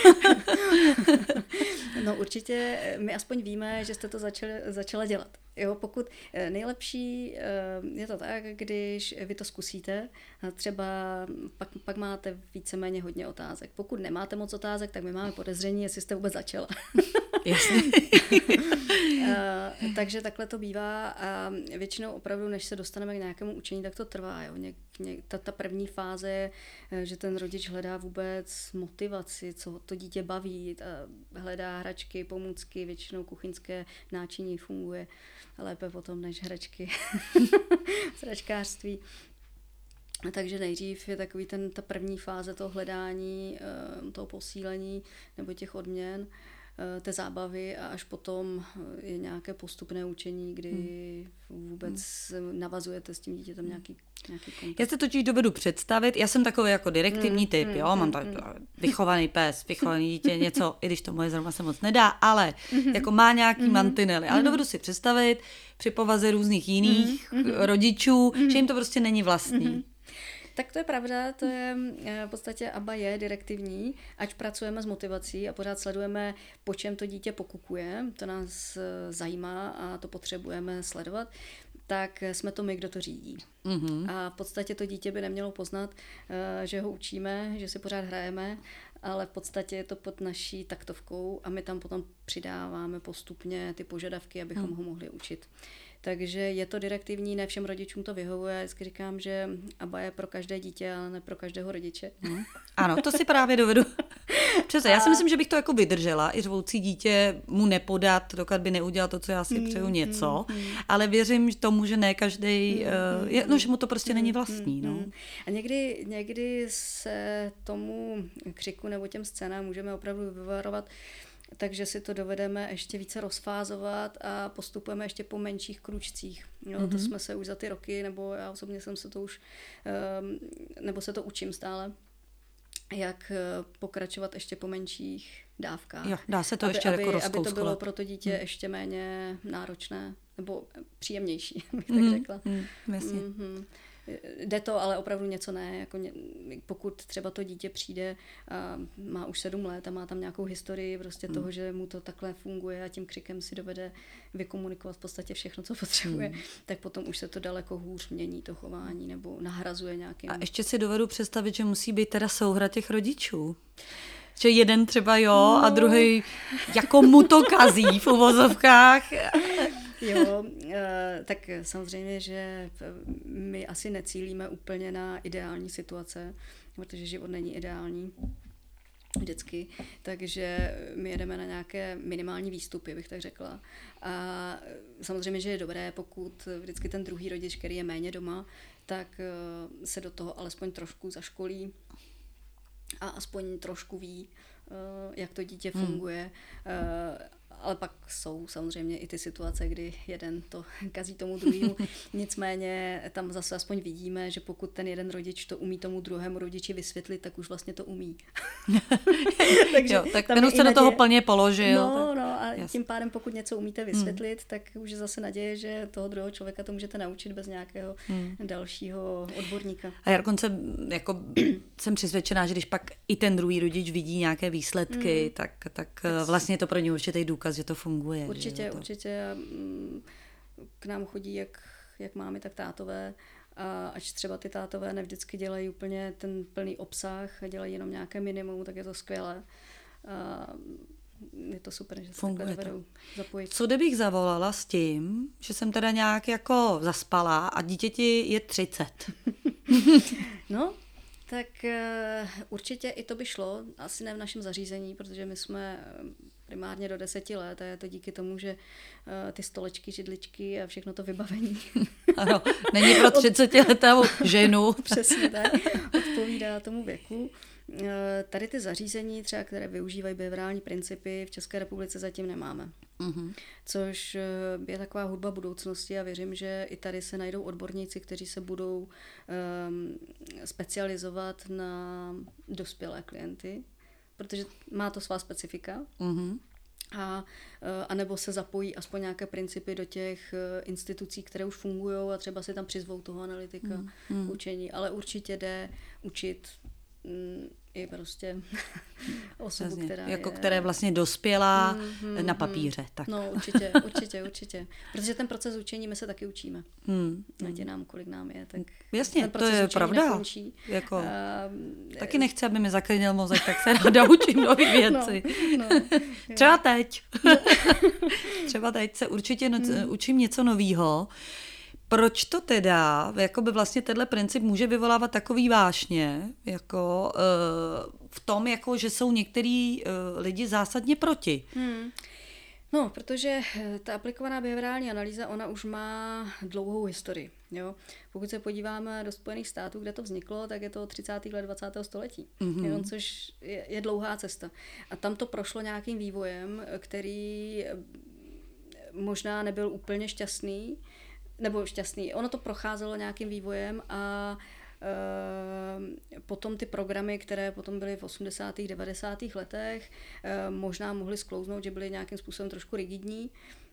No určitě, my aspoň víme, že jste to začali, začala dělat. Jo, pokud nejlepší je to tak, když vy to zkusíte, třeba pak, pak máte víceméně hodně otázek. Pokud nemáte moc otázek, tak my máme podezření, jestli jste vůbec začala. Jasně. Takže takhle to bývá a většinou opravdu, než se dostaneme k nějakému učení, tak to trvá. Jo. Ně, ně, ta, ta první fáze je, že ten rodič hledá vůbec motivaci, co to dítě baví, hledá hračky, pomůcky, většinou kuchyňské náčiní funguje lépe potom než hračky v hračkářství. Takže nejdřív je takový ten, ta první fáze toho hledání, toho posílení nebo těch odměn, té zábavy a až potom je nějaké postupné učení, kdy hmm. vůbec hmm. navazujete s tím dítětem nějaký, nějaký kontakt. Já se totiž dovedu představit, já jsem takový jako direktivní hmm. typ, hmm. jo, mám tak hmm. vychovaný pes, vychovaný dítě, něco, i když to moje zrovna se moc nedá, ale hmm. jako má nějaký hmm. mantinely, ale dovedu si představit při povaze různých jiných hmm. rodičů, hmm. že jim to prostě není vlastní. Hmm. Tak to je pravda, to je v podstatě A B A je direktivní, ať pracujeme s motivací a pořád sledujeme, po čem to dítě pokukuje, to nás zajímá a to potřebujeme sledovat, tak jsme to my, kdo to řídí. Mm-hmm. A v podstatě to dítě by nemělo poznat, že ho učíme, že si pořád hrajeme, ale v podstatě je to pod naší taktovkou a my tam potom přidáváme postupně ty požadavky, abychom mm. ho mohli učit. Takže je to direktivní, ne všem rodičům to vyhovuje. Já vždycky říkám, že A B A je pro každé dítě, ale ne pro každého rodiče. Hmm. Ano, to si právě dovedu. Přesně, já si myslím, že bych to jako vydržela, i řvoucí dítě mu nepodat, dokud by neudělal to, co já si přeju hmm, něco, hmm, hmm. ale věřím tomu, že ne každý, hmm, uh, je, no, že mu to prostě hmm, není vlastní. Hmm, no. A někdy, někdy se tomu křiku nebo těm scénám můžeme opravdu vyvarovat, takže si to dovedeme ještě více rozfázovat a postupujeme ještě po menších kručcích. Jo, mm-hmm. To jsme se už za ty roky, nebo já osobně jsem se to už, nebo se to učím stále, jak pokračovat ještě po menších dávkách. Jo, dá se to aby, ještě aby, jako aby to bylo pro to dítě mm. ještě méně náročné, nebo příjemnější, bych tak mm. řekla. Mm, jasně. Mm-hmm. Jde to, ale opravdu něco ne. Jako ně, pokud třeba to dítě přijde a má už sedm let a má tam nějakou historii prostě hmm. toho, že mu to takhle funguje a tím křikem si dovede vykomunikovat v podstatě všechno, co potřebuje, hmm. tak potom už se to daleko hůř mění, to chování, nebo nahrazuje nějakým... A ještě si dovedu představit, že musí být teda souhra těch rodičů. Že jeden třeba jo no. a druhý jako mu to kazí v uvozovkách. Jo, tak samozřejmě, že my asi necílíme úplně na ideální situace, protože život není ideální vždycky, takže my jedeme na nějaké minimální výstupy, bych tak řekla. A samozřejmě, že je dobré, pokud vždycky ten druhý rodič, který je méně doma, tak se do toho alespoň trošku zaškolí a aspoň trošku ví, jak to dítě funguje. Hmm. Ale pak jsou samozřejmě i ty situace, kdy jeden to kazí tomu druhému. Nicméně tam zase aspoň vidíme, že pokud ten jeden rodič to umí tomu druhému rodiči vysvětlit, tak už vlastně to umí. Takže jo, tak ten se do toho plně položil. No, tak... no a yes. tím pádem, pokud něco umíte vysvětlit, hmm. tak už je zase naděje, že toho druhého člověka to můžete naučit bez nějakého hmm. dalšího odborníka. A já dokonce jako, jsem přesvědčená, že když pak i ten druhý rodič vidí nějaké výsledky, hmm. tak, tak, tak vlastně je to pro ně určitý důkaz, že to funguje. Určitě, že to... určitě. K nám chodí jak, jak mámy, tak tátové. A ač třeba ty tátové nevždycky dělají úplně ten plný obsah a dělají jenom nějaké minimum, tak je to skvělé. A je to super, že se takhle dovedou zapojit. Co kdybych zavolala s tím, že jsem teda nějak jako zaspala a dítěti je třicet? No, tak uh, určitě i to by šlo. Asi ne v našem zařízení, protože my jsme primárně do deseti let a je to díky tomu, že uh, ty stolečky, židličky a všechno to vybavení. Ano, není pro třicetiletou ženu. Přesně tak, odpovídá tomu věku. Uh, tady ty zařízení, třeba, které využívají behaviorální principy, v České republice zatím nemáme. Mm-hmm. Což je taková hudba budoucnosti a věřím, že i tady se najdou odborníci, kteří se budou um, specializovat na dospělé klienty, protože má to svá specifika. Mm-hmm. A, a nebo se zapojí aspoň nějaké principy do těch institucí, které už fungují a třeba si tam přizvou toho analytika mm. k učení, ale určitě jde učit mm, i prostě osobu, Přesně. která jako je... které vlastně dospělá mm, mm, na papíře. Tak. No určitě, určitě, určitě. Protože ten proces učení my se taky učíme. Mm, Ať je nám, kolik nám je, tak jasně, ten proces to je učení pravda. nekončí. Jako, a, taky nechci, aby mi zaklínil mozek, tak se ráda učím nové věci. No, no, Třeba teď. Třeba teď se určitě no, mm. učím něco novýho. Proč to teda, jakoby vlastně tenhle princip může vyvolávat takový vášně, jako uh, v tom, jako, že jsou některý uh, lidi zásadně proti? Hmm. No, protože ta aplikovaná behaviorální analýza, ona už má dlouhou historii. Jo? Pokud se podíváme do Spojených států, kde to vzniklo, tak je to třicátých let dvacátého století, mm-hmm. jo? Což je, je dlouhá cesta. A tam to prošlo nějakým vývojem, který možná nebyl úplně šťastný, nebo šťastný. Ono to procházelo nějakým vývojem a e, potom ty programy, které potom byly v osmdesátých devadesátých letech, e, možná mohly sklouznout, že byly nějakým způsobem trošku rigidní.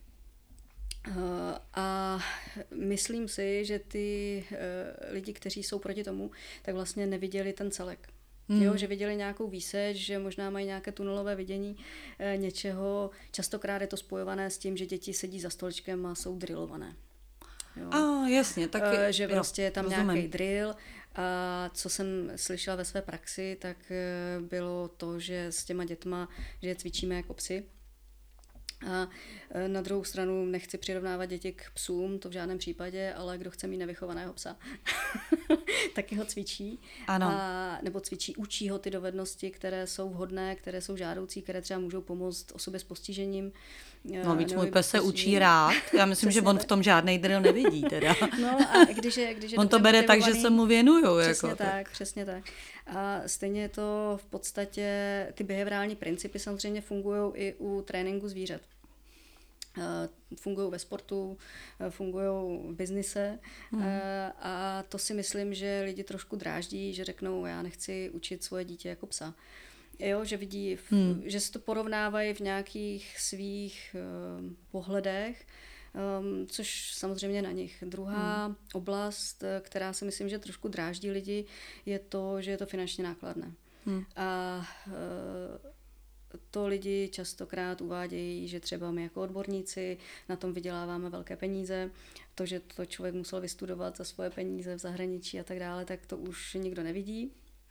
E, a myslím si, že ty e, lidi, kteří jsou proti tomu, tak vlastně neviděli ten celek. Hmm. Jo, že viděli nějakou výseč, že možná mají nějaké tunelové vidění e, něčeho. Častokrát je to spojované s tím, že děti sedí za stolečkem a jsou drillované. Jo. A jasně, tak je, že prostě je tam rozumím. nějaký drill. A co jsem slyšela ve své praxi, tak bylo to, že s těma dětma, že je cvičíme jako psy. A na druhou stranu nechci přirovnávat děti k psům, to v žádném případě, ale kdo chce mít nevychovaného psa, taky ho cvičí. Ano. A, nebo cvičí, učí ho ty dovednosti, které jsou vhodné, které jsou žádoucí, které třeba můžou pomoct osobě s postižením. No víc, můj pes se učí rád. Já myslím, že on v tom žádnej drill nevidí teda. No a když je, když je on to bere tak, že se mu věnuju. Přesně jako, tak, tak, přesně tak. A stejně je to v podstatě, ty behaviorální principy samozřejmě fungují i u tréninku zvířat. Fungují ve sportu, fungují v biznise hmm. a to si myslím, že lidi trošku dráždí, že řeknou, já nechci učit svoje dítě jako psa. Jo, že vidí, hmm. že se to porovnávají v nějakých svých uh, pohledech, um, což samozřejmě na nich. Druhá hmm. oblast, která si myslím, že trošku dráždí lidi, je to, že je to finančně nákladné. Hmm. A uh, to lidi častokrát uvádějí, že třeba my jako odborníci na tom vyděláváme velké peníze, to, že to člověk musel vystudovat za svoje peníze v zahraničí a tak dále, tak to už nikdo nevidí.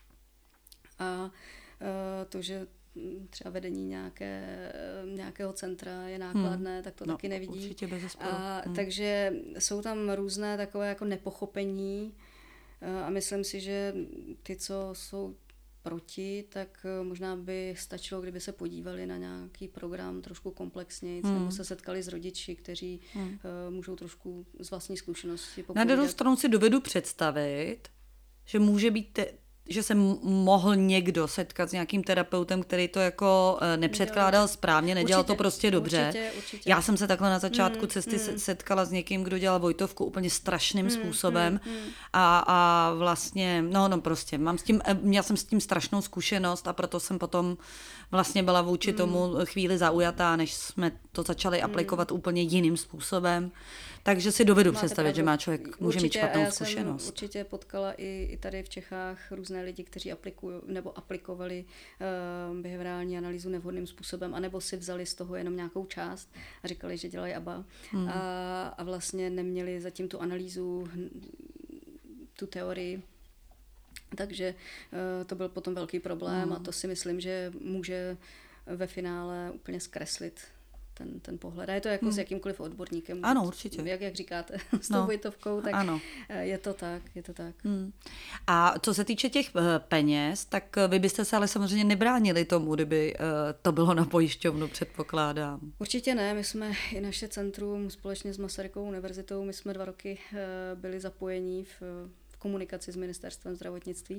A to, že třeba vedení nějaké, nějakého centra je nákladné, hmm. tak to no, taky nevidí. Určitě bezesporu. A hmm. takže jsou tam různé takové jako nepochopení a myslím si, že ty, co jsou proti, tak možná by stačilo, kdyby se podívali na nějaký program trošku komplexněji, hmm. nebo se setkali s rodiči, kteří hmm. uh, můžou trošku z vlastní zkušenosti popovídat. Na druhou stranu si dovedu představit, že může být te- že se mohl někdo setkat s nějakým terapeutem, který to jako nepředkládal správně, nedělal určitě, to prostě dobře. Určitě, určitě. Já jsem se takhle na začátku mm, cesty mm. setkala s někým, kdo dělal Vojtovku úplně strašným mm, způsobem mm, mm. A, a vlastně, no, no prostě, mám s tím, měla jsem s tím strašnou zkušenost a proto jsem potom vlastně byla vůči mm. tomu chvíli zaujatá, než jsme to začali aplikovat mm. úplně jiným způsobem. Takže si dovedu Máte představit, pravdu. Že má člověk může určitě, mít špatnou já zkušenost. Jsem určitě potkala i, i tady v Čechách různé lidi, kteří aplikují nebo aplikovali uh, behaviorální analýzu nevhodným způsobem, anebo si vzali z toho jenom nějakou část a říkali, že dělají A B A hmm. a, a vlastně neměli zatím tu analýzu, tu teorii. Takže uh, to byl potom velký problém hmm. a to si myslím, že může ve finále úplně zkreslit ten, ten pohled. A je to jako hmm. s jakýmkoliv odborníkem. Ano, určitě. Jak, jak říkáte, s tou no. Vojtovkou, tak ano. je to tak, je to tak. Hmm. A co se týče těch peněz, tak vy byste se ale samozřejmě nebránili tomu, kdyby to bylo na pojišťovnu, předpokládám. Určitě ne, my jsme i naše centrum společně s Masarykovou univerzitou, my jsme dva roky byli zapojení v komunikaci s ministerstvem zdravotnictví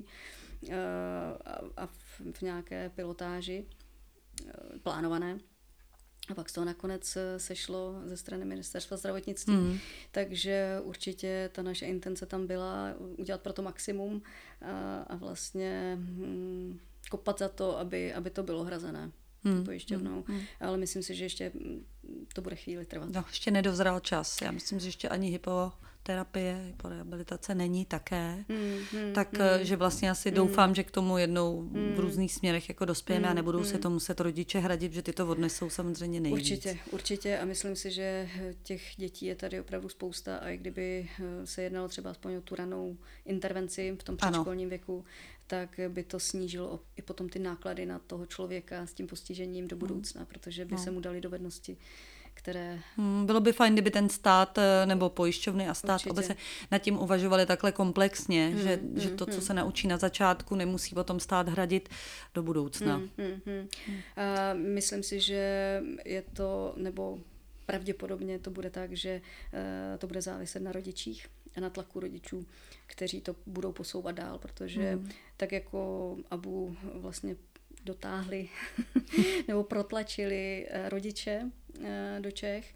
a v nějaké pilotáži plánované. A pak z toho nakonec sešlo ze strany ministerstva zdravotnictví. Mm. Takže určitě ta naše intence tam byla udělat pro to maximum a, a vlastně hm, kopat za to, aby, aby to bylo hrazené mm. pojišťovnou. Mm. Ale myslím si, že ještě to bude chvíli trvat. No, ještě nedozrál čas. Já myslím, že ještě ani hypoterapie, hyporehabilitace není také. Mm, mm, tak, mm, že vlastně asi mm, doufám, že k tomu jednou mm, v různých směrech jako dospějeme mm, a nebudou mm, se to muset rodiče hradit, že ty to odnesou samozřejmě nejvíc. Určitě, určitě a myslím si, že těch dětí je tady opravdu spousta a i kdyby se jednalo třeba aspoň o tu ranou intervenci v tom předškolním věku, tak by to snížilo i potom ty náklady na toho člověka s tím postižením do budoucna, mm. protože by no. se mu dali dovednosti, které... Hmm, bylo by fajn, kdyby ten stát nebo pojišťovny a stát obecně nad tím uvažovali takhle komplexně, hmm, že, hmm, že to, co hmm. se naučí na začátku, nemusí potom stát hradit do budoucna. Hmm, hmm, hmm. Hmm. A myslím si, že je to, nebo pravděpodobně to bude tak, že uh, to bude záviset na rodičích a na tlaku rodičů, kteří to budou posouvat dál, protože hmm. tak jako Abu vlastně dotáhli nebo protlačili rodiče do Čech,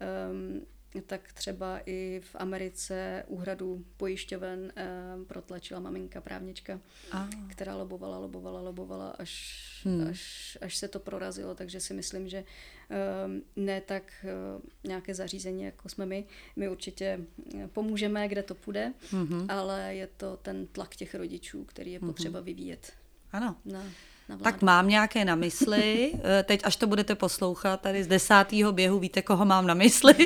tak třeba i v Americe úhradu pojišťoven protlačila maminka právnička, ah. která lobovala, lobovala, lobovala, až, hmm. až, až se to prorazilo, takže si myslím, že ne tak nějaké zařízení, jako jsme my. My určitě pomůžeme, kde to půjde, mm-hmm. ale je to ten tlak těch rodičů, který je potřeba mm-hmm. vyvíjet. Ano. Na, na tak mám nějaké na mysli. Teď, až to budete poslouchat, tady z desátého běhu víte, koho mám na mysli.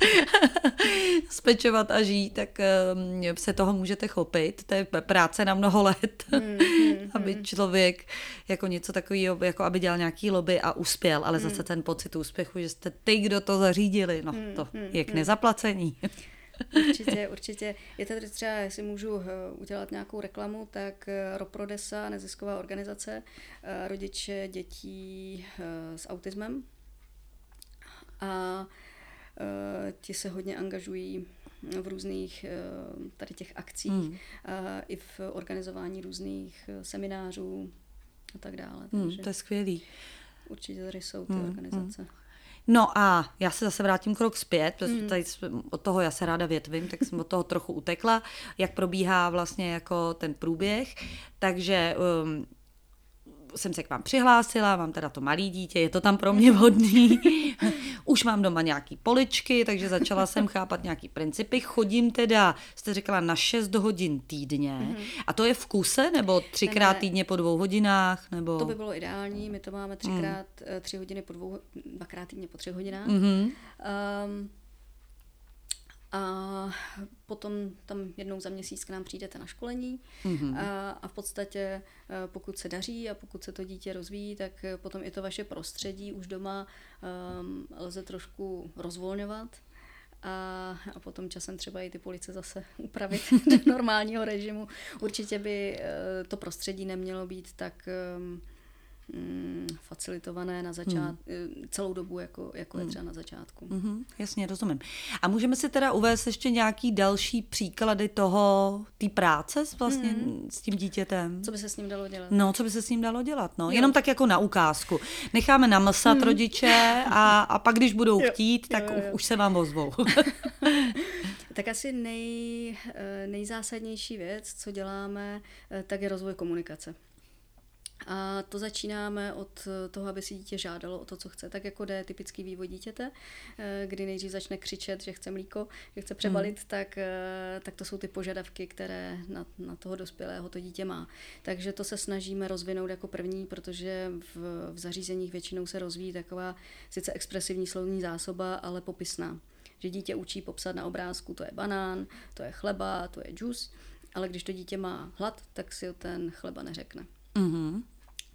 Spečovat a žít, tak se toho můžete chopit. To je práce na mnoho let, mm, mm, aby člověk jako něco takového, jako aby dělal nějaký lobby a uspěl, ale zase ten pocit úspěchu, že jste ty, kdo to zařídili, no to je k nezaplacení. Určitě, určitě. Je tady třeba, jestli můžu udělat nějakou reklamu, tak Roprodesa, nezisková organizace, rodiče dětí s autismem. A ti se hodně angažují v různých tady těch akcích, hmm. i v organizování různých seminářů a tak dále. Hmm, to je skvělý. Určitě tady jsou ty hmm. organizace. Hmm. No a já se zase vrátím krok zpět, protože mm. tady od toho já se ráda větvím, tak jsem od toho trochu utekla, jak probíhá vlastně jako ten průběh. Takže um, jsem se k vám přihlásila, mám teda to malé dítě, je to tam pro mě vhodný. Už mám doma nějaký poličky, takže začala jsem chápat nějaký principy. Chodím teda, jste říkala, na šest hodin týdně. Mm-hmm. A to je v kuse, nebo třikrát ne, týdně po dvou hodinách? Nebo... To by bylo ideální, my to máme třikrát, mm. tři hodiny po dvou, dvakrát týdně po třech hodinách. Mm-hmm. Um, a potom tam jednou za měsíc k nám přijdete na školení mm-hmm. a, a v podstatě pokud se daří a pokud se to dítě rozvíjí, tak potom i to vaše prostředí už doma um, lze trošku rozvolňovat a, a potom časem třeba i ty police zase upravit do normálního režimu. Určitě by to prostředí nemělo být tak um, facilitované na začátku, hmm. celou dobu, jako, jako je třeba na začátku. Hmm, jasně, rozumím. A můžeme si teda uvést ještě nějaký další příklady toho, té práce vlastně hmm. s tím dítětem? Co by se s ním dalo dělat? No, co by se s ním dalo dělat, no. Jo. Jenom tak jako na ukázku. Necháme namlsat hmm. rodiče a, a pak, když budou jo. chtít, tak jo, jo. už se vám ozvou. Tak asi nej, nejzásadnější věc, co děláme, tak je rozvoj komunikace. A to začínáme od toho, aby si dítě žádalo o to, co chce. Tak jako jde typický vývoj dítěte, kdy nejdřív začne křičet, že chce mlíko, že chce přebalit, hmm. tak, tak to jsou ty požadavky, které na, na toho dospělého to dítě má. Takže to se snažíme rozvinout jako první, protože v, v zařízeních většinou se rozvíjí taková sice expresivní slovní zásoba, ale popisná. Že dítě učí popsat na obrázku, to je banán, to je chleba, to je džus, ale když to dítě má hlad, tak si ten chleba neřekne. Mm-hmm.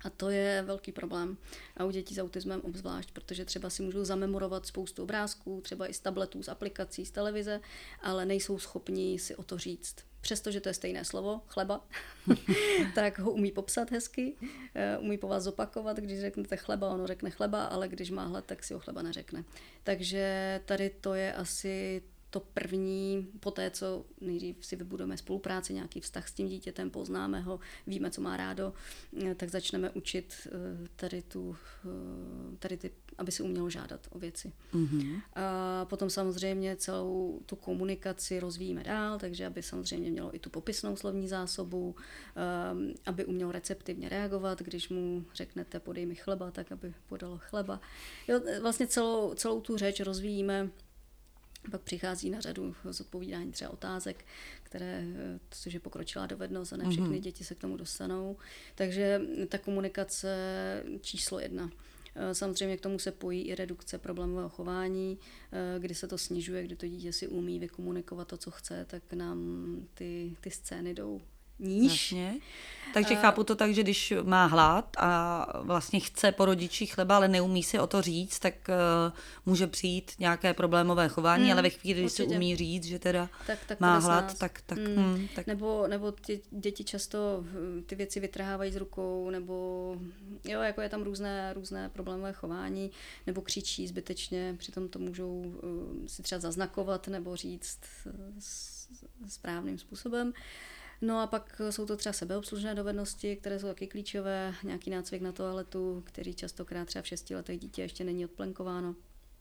A to je velký problém. A u dětí s autismem obzvlášť, protože třeba si můžou zamemorovat spoustu obrázků, třeba i z tabletů, z aplikací, z televize, ale nejsou schopni si o to říct. Přestože to je stejné slovo, chleba, tak ho umí popsat hezky, umí po vás zopakovat, když řeknete chleba, ono řekne chleba, ale když má hlad, tak si o chleba neřekne. Takže tady to je asi to první, po té, co nejdřív si vybudujeme spolupráci, nějaký vztah s tím dítětem, poznáme ho, víme, co má rádo, tak začneme učit tady, tu, tady ty, aby si umělo žádat o věci. Mm-hmm. A potom samozřejmě celou tu komunikaci rozvíjíme dál, takže aby samozřejmě mělo i tu popisnou slovní zásobu, aby umělo receptivně reagovat, když mu řeknete podej mi chleba, tak aby podalo chleba. Jo, vlastně celou, celou tu řeč rozvíjíme. Pak přichází na řadu zodpovídání třeba otázek, které, což je pokročilá dovednost a ne všechny mm-hmm. děti se k tomu dostanou. Takže ta komunikace číslo jedna. Samozřejmě k tomu se pojí i redukce problémového chování, kdy se to snižuje, kdy to dítě si umí vykomunikovat to, co chce, tak nám ty, ty scény jdou níž. Jasně. Takže chápu to tak, že když má hlad a vlastně chce po rodičích chleba, ale neumí si o to říct, tak uh, může přijít nějaké problémové chování, mm, ale ve chvíli, kdy si umí říct, že teda tak, tak má hlad, tak... tak, mm. hm, tak... Nebo, nebo ty děti často ty věci vytrhávají z rukou, nebo jo, jako je tam různé, různé problémové chování, nebo křičí zbytečně, přitom to můžou uh, si třeba zaznakovat nebo říct s, správným způsobem. No a pak jsou to třeba sebeobslužné dovednosti, které jsou taky klíčové, nějaký nácvik na toaletu, který častokrát třeba v šesti letech dítě ještě není odplenkováno,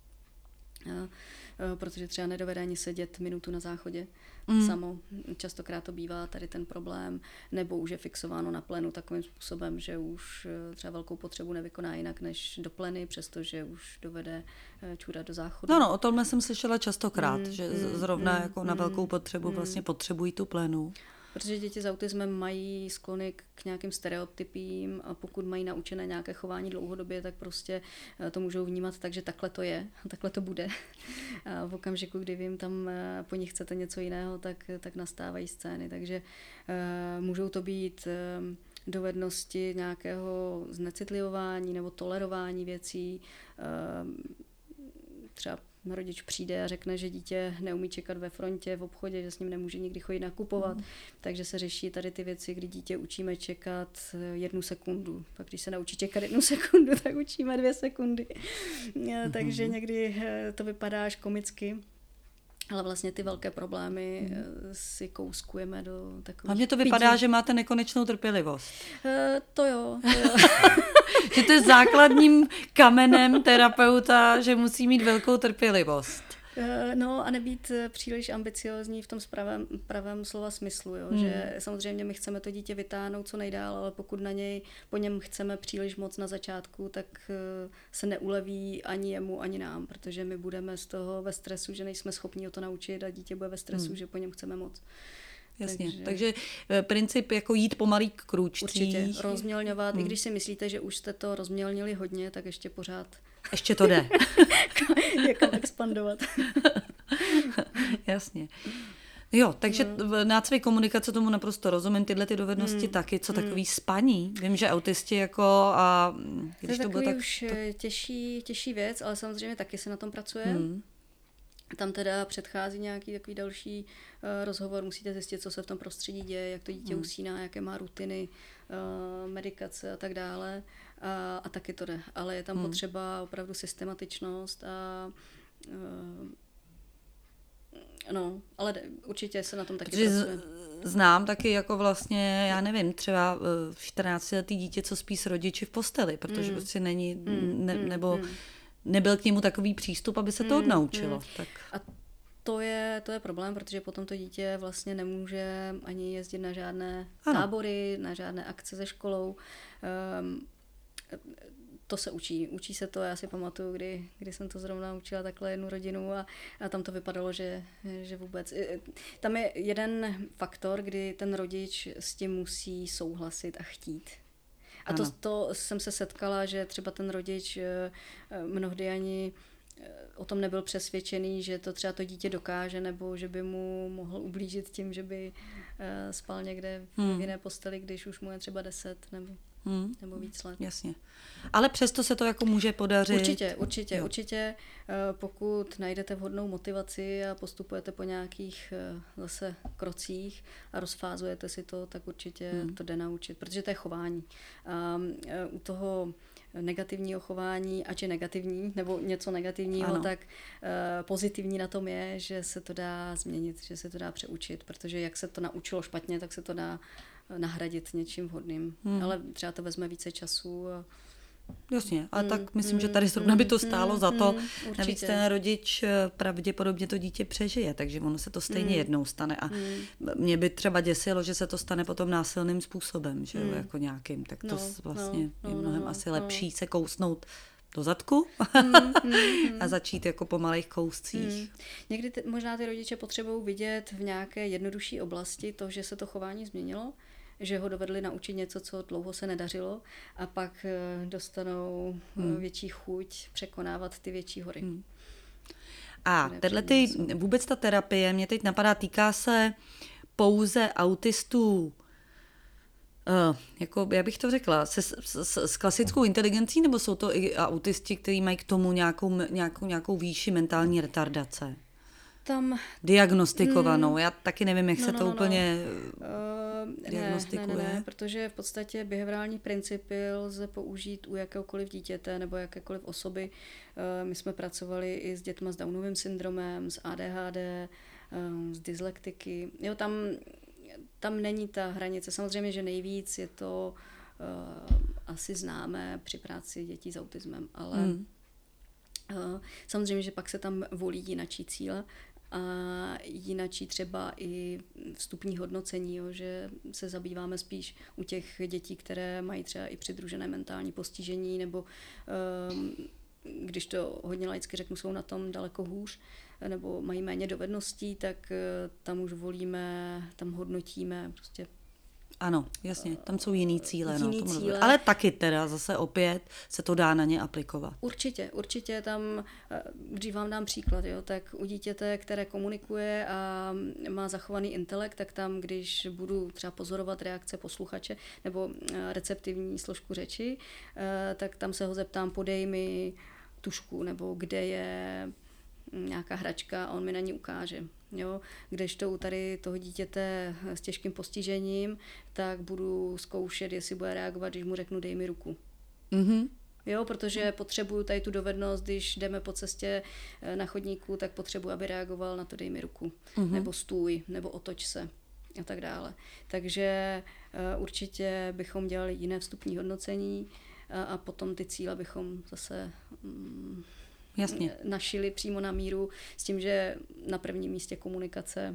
protože třeba nedovede ani sedět minutu na záchodě mm. samo. Častokrát to bývá tady ten problém, nebo už je fixováno na plenu takovým způsobem, že už třeba velkou potřebu nevykoná jinak než do pleny, přestože už dovede čůrat do záchodu. No, no, o tomhle jsem slyšela častokrát, mm, že mm, zrovna mm, jako na velkou potřebu mm. vlastně potřebují tu plenu. Protože děti s autismem mají sklony k nějakým stereotypím a pokud mají naučené nějaké chování dlouhodobě, tak prostě to můžou vnímat tak, že takhle to je, takhle to bude. A v okamžiku, kdy vy jim tam po nich chcete něco jiného, tak, tak nastávají scény. Takže uh, můžou to být uh, dovednosti nějakého znecitlivování nebo tolerování věcí, uh, třeba rodič přijde a řekne, že dítě neumí čekat ve frontě v obchodě, že s ním nemůže nikdy chodit nakupovat, mm. takže se řeší tady ty věci, kdy dítě učíme čekat jednu sekundu. Pak když se naučí čekat jednu sekundu, tak učíme dvě sekundy. Mm. Takže někdy to vypadá až komicky. Ale vlastně ty velké problémy mm. si kouskujeme do takových... A mně to vypadá, pidí. Že máte nekonečnou trpělivost. Uh, to jo. To jo. Že to je základním kamenem terapeuta, že musí mít velkou trpělivost. No a nebýt příliš ambiciozní v tom pravém, pravém slova smyslu, jo? Hmm. Že samozřejmě my chceme to dítě vytáhnout co nejdál, ale pokud na něj, po něm chceme příliš moc na začátku, tak se neuleví ani jemu, ani nám, protože my budeme z toho ve stresu, že nejsme schopni o to naučit a dítě bude ve stresu, hmm. že po něm chceme moc. Jasně, takže, takže princip jako jít po malých krůčcích. Určitě, rozmělňovat, hmm. i když si myslíte, že už jste to rozmělnili hodně, tak ještě pořád. Ještě to jde. Jako expandovat. Jasně. Jo, takže v nácvik komunikace tomu naprosto rozumím, tyhle ty dovednosti mm. taky, co takový spaní. Vím, že autisti jako a když to, to bude tak... už to... těžší, těžší věc, ale samozřejmě taky se na tom pracuje. Mm. Tam teda předchází nějaký takový další uh, rozhovor, musíte zjistit, co se v tom prostředí děje, jak to dítě mm. usíná, jaké má rutiny, uh, medikace a tak dále. A, a taky to jde. Ale je tam mm. potřeba opravdu systematičnost a uh, no, ale určitě se na tom taky pracuje. Znám taky jako vlastně, já nevím, třeba čtrnáctiletý dítě, co spí s rodiči v posteli, protože mm. prostě není, mm. ne, nebo mm. nebyl k němu takový přístup, aby se to mm. odnaučilo. Mm. Tak. A to je, to je problém, protože potom to dítě vlastně nemůže ani jezdit na žádné ano. tábory, na žádné akce se školou. Um, To se učí. Učí se to, já si pamatuju, kdy, kdy jsem to zrovna učila takhle jednu rodinu a, a tam to vypadalo, že, že vůbec. Tam je jeden faktor, kdy ten rodič s tím musí souhlasit a chtít. A to, to jsem se setkala, že třeba ten rodič mnohdy ani o tom nebyl přesvědčený, že to třeba to dítě dokáže, nebo že by mu mohl ublížit tím, že by spal někde v jiné posteli, když už mu je třeba deset. Nebo... Hmm. nebo víc let. Jasně. Ale přesto se to jako může podařit. Určitě, určitě, jo. určitě. Pokud najdete vhodnou motivaci a postupujete po nějakých zase krocích a rozfázujete si to, tak určitě hmm. to jde naučit, protože to je chování. A u toho negativního chování, ať je negativní, nebo něco negativního, ano. tak uh, pozitivní na tom je, že se to dá změnit, že se to dá přeučit, protože jak se to naučilo špatně, tak se to dá nahradit něčím vhodným. Hmm. Ale třeba to vezme více času. A... Jasně, ale hmm, tak myslím, hmm, že tady zrovna by to stálo hmm, za to. Hmm, Navíc ten rodič pravděpodobně to dítě přežije, takže ono se to stejně hmm. jednou stane. A hmm. mě by třeba děsilo, že se to stane potom násilným způsobem, že jo, hmm. jako nějakým. Tak to no, vlastně no, je mnohem no, asi no. lepší se kousnout do zadku hmm, hmm, a začít jako po malých kouscích. Hmm. Někdy ty, možná ty rodiče potřebují vidět v nějaké jednodušší oblasti to, že se to chování změnilo, že ho dovedli naučit něco, co dlouho se nedařilo a pak dostanou hmm. větší chuť překonávat ty větší hory. Hmm. A tenhle ty, vůbec ta terapie, mě teď napadá, týká se pouze autistů, uh, jako, jak bych to řekla, se, s, s, s klasickou inteligencí, nebo jsou to i autisti, kteří mají k tomu nějakou, nějakou, nějakou výši mentální retardace? Tam diagnostikovanou. Mm, Já taky nevím, jak no, se no, to no, úplně uh, diagnostikuje. Ne, ne, ne, protože v podstatě behaviorální principy lze použít u jakéhokoliv dítěte nebo jakékoliv osoby. Uh, my jsme pracovali i s dětma s Downovým syndromem, s A D H D, uh, s dyslektiky. Jo, tam, tam není ta hranice. Samozřejmě, že nejvíc je to uh, asi známé při práci dětí s autismem, ale mm. uh, samozřejmě, že pak se tam volí jinačí cíle a jinačí třeba i vstupní hodnocení, jo, že se zabýváme spíš u těch dětí, které mají třeba i přidružené mentální postižení, nebo um, když to hodně laicky řeknu, jsou na tom daleko hůř, nebo mají méně dovedností, tak uh, tam už volíme, tam hodnotíme prostě. Ano, jasně, tam jsou jiný cíle. Jiný no, cíle. Ale taky teda zase opět se to dá na ně aplikovat. Určitě, určitě tam, když vám dám příklad, jo, tak u dítěte, které komunikuje a má zachovaný intelekt, tak tam, když budu třeba pozorovat reakce posluchače nebo receptivní složku řeči, tak tam se ho zeptám, podej mi tužku, nebo kde je nějaká hračka a on mi na ní ukáže. Jo, kdežto u tady toho dítěte s těžkým postižením, tak budu zkoušet, jestli bude reagovat, když mu řeknu dej mi ruku. Mm-hmm. Jo, protože potřebuju tady tu dovednost, když jdeme po cestě na chodníku, tak potřebuji, aby reagoval na to dej mi ruku. Mm-hmm. Nebo stůj, nebo otoč se a tak dále. Takže uh, určitě bychom dělali jiné vstupní hodnocení a, a potom ty cíle bychom zase um, Jasně. našili přímo na míru s tím, že na prvním místě komunikace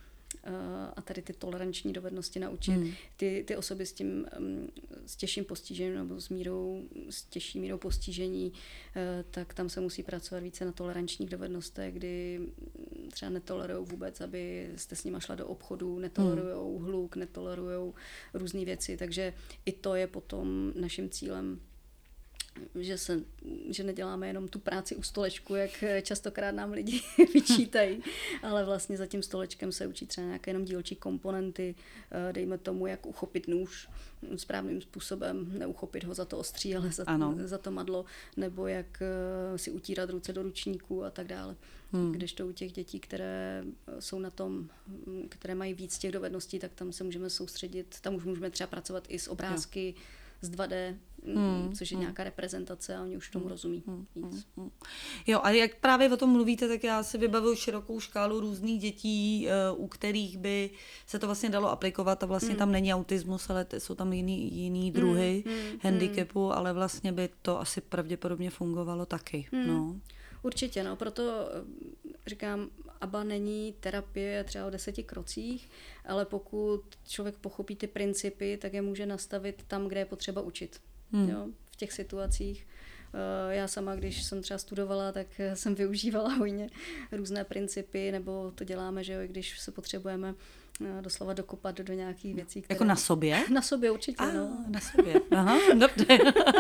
a tady ty toleranční dovednosti naučit hmm. ty, ty osoby s tím s těžším postižením nebo s mírou, s těžší mírou postižení, tak tam se musí pracovat více na tolerančních dovednostech, kdy třeba netolerujou vůbec, aby jste s nima šla do obchodu, netolerujou hluk, netolerujou různé věci, takže i to je potom naším cílem, že, se, že neděláme jenom tu práci u stolečku, jak častokrát nám lidi vyčítají, ale vlastně za tím stolečkem se učí třeba nějaké jenom dílčí komponenty, dejme tomu, jak uchopit nůž správným způsobem, neuchopit ho za to ostří, ale za, za to madlo, nebo jak si utírat ruce do ručníků a tak dále. Hmm. Kdežto u těch dětí, které jsou na tom, které mají víc těch dovedností, tak tam se můžeme soustředit, tam už můžeme třeba pracovat i s obrázky, jo. z dva dé, hmm, což je hmm. nějaká reprezentace a oni už tomu rozumí hmm, víc. Hmm, hmm. Jo, a jak právě o tom mluvíte, tak já si vybavuju širokou škálu různých dětí, u kterých by se to vlastně dalo aplikovat a vlastně hmm. tam není autismus, ale jsou tam jiný, jiný druhy hmm, hmm, handicapu, hmm. ale vlastně by to asi pravděpodobně fungovalo taky. Hmm. No. Určitě, no, proto říkám, A B A není terapie třeba o deseti krocích, ale pokud člověk pochopí ty principy, tak je může nastavit tam, kde je potřeba učit. Hmm. Jo, v těch situacích. Já sama, když jsem třeba studovala, tak jsem využívala hojně různé principy, nebo to děláme, že jo, když se potřebujeme doslova dokopat do nějakých věcí. Které... Jako na sobě? Na sobě určitě, ah, no. Na sobě, aha, dobře.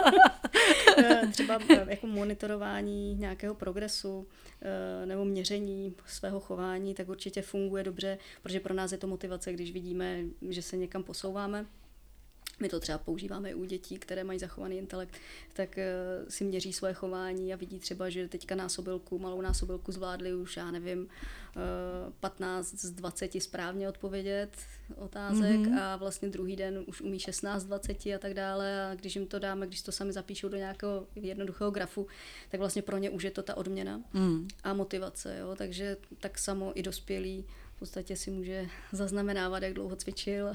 Třeba jako monitorování nějakého progresu nebo měření svého chování, tak určitě funguje dobře, protože pro nás je to motivace, když vidíme, že se někam posouváme. my to třeba používáme i u dětí, které mají zachovaný intelekt, tak uh, si měří svoje chování a vidí třeba, že teďka násobilku, malou násobilku zvládli už, já nevím, uh, patnáct z dvaceti správně odpovědět otázek mm-hmm. a vlastně druhý den už umí šestnáct z dvaceti a tak dále a když jim to dáme, když to sami zapíšou do nějakého jednoduchého grafu, tak vlastně pro ně už je to ta odměna mm. a motivace, jo? Takže tak samo i dospělí v podstatě si může zaznamenávat, jak dlouho cvičil.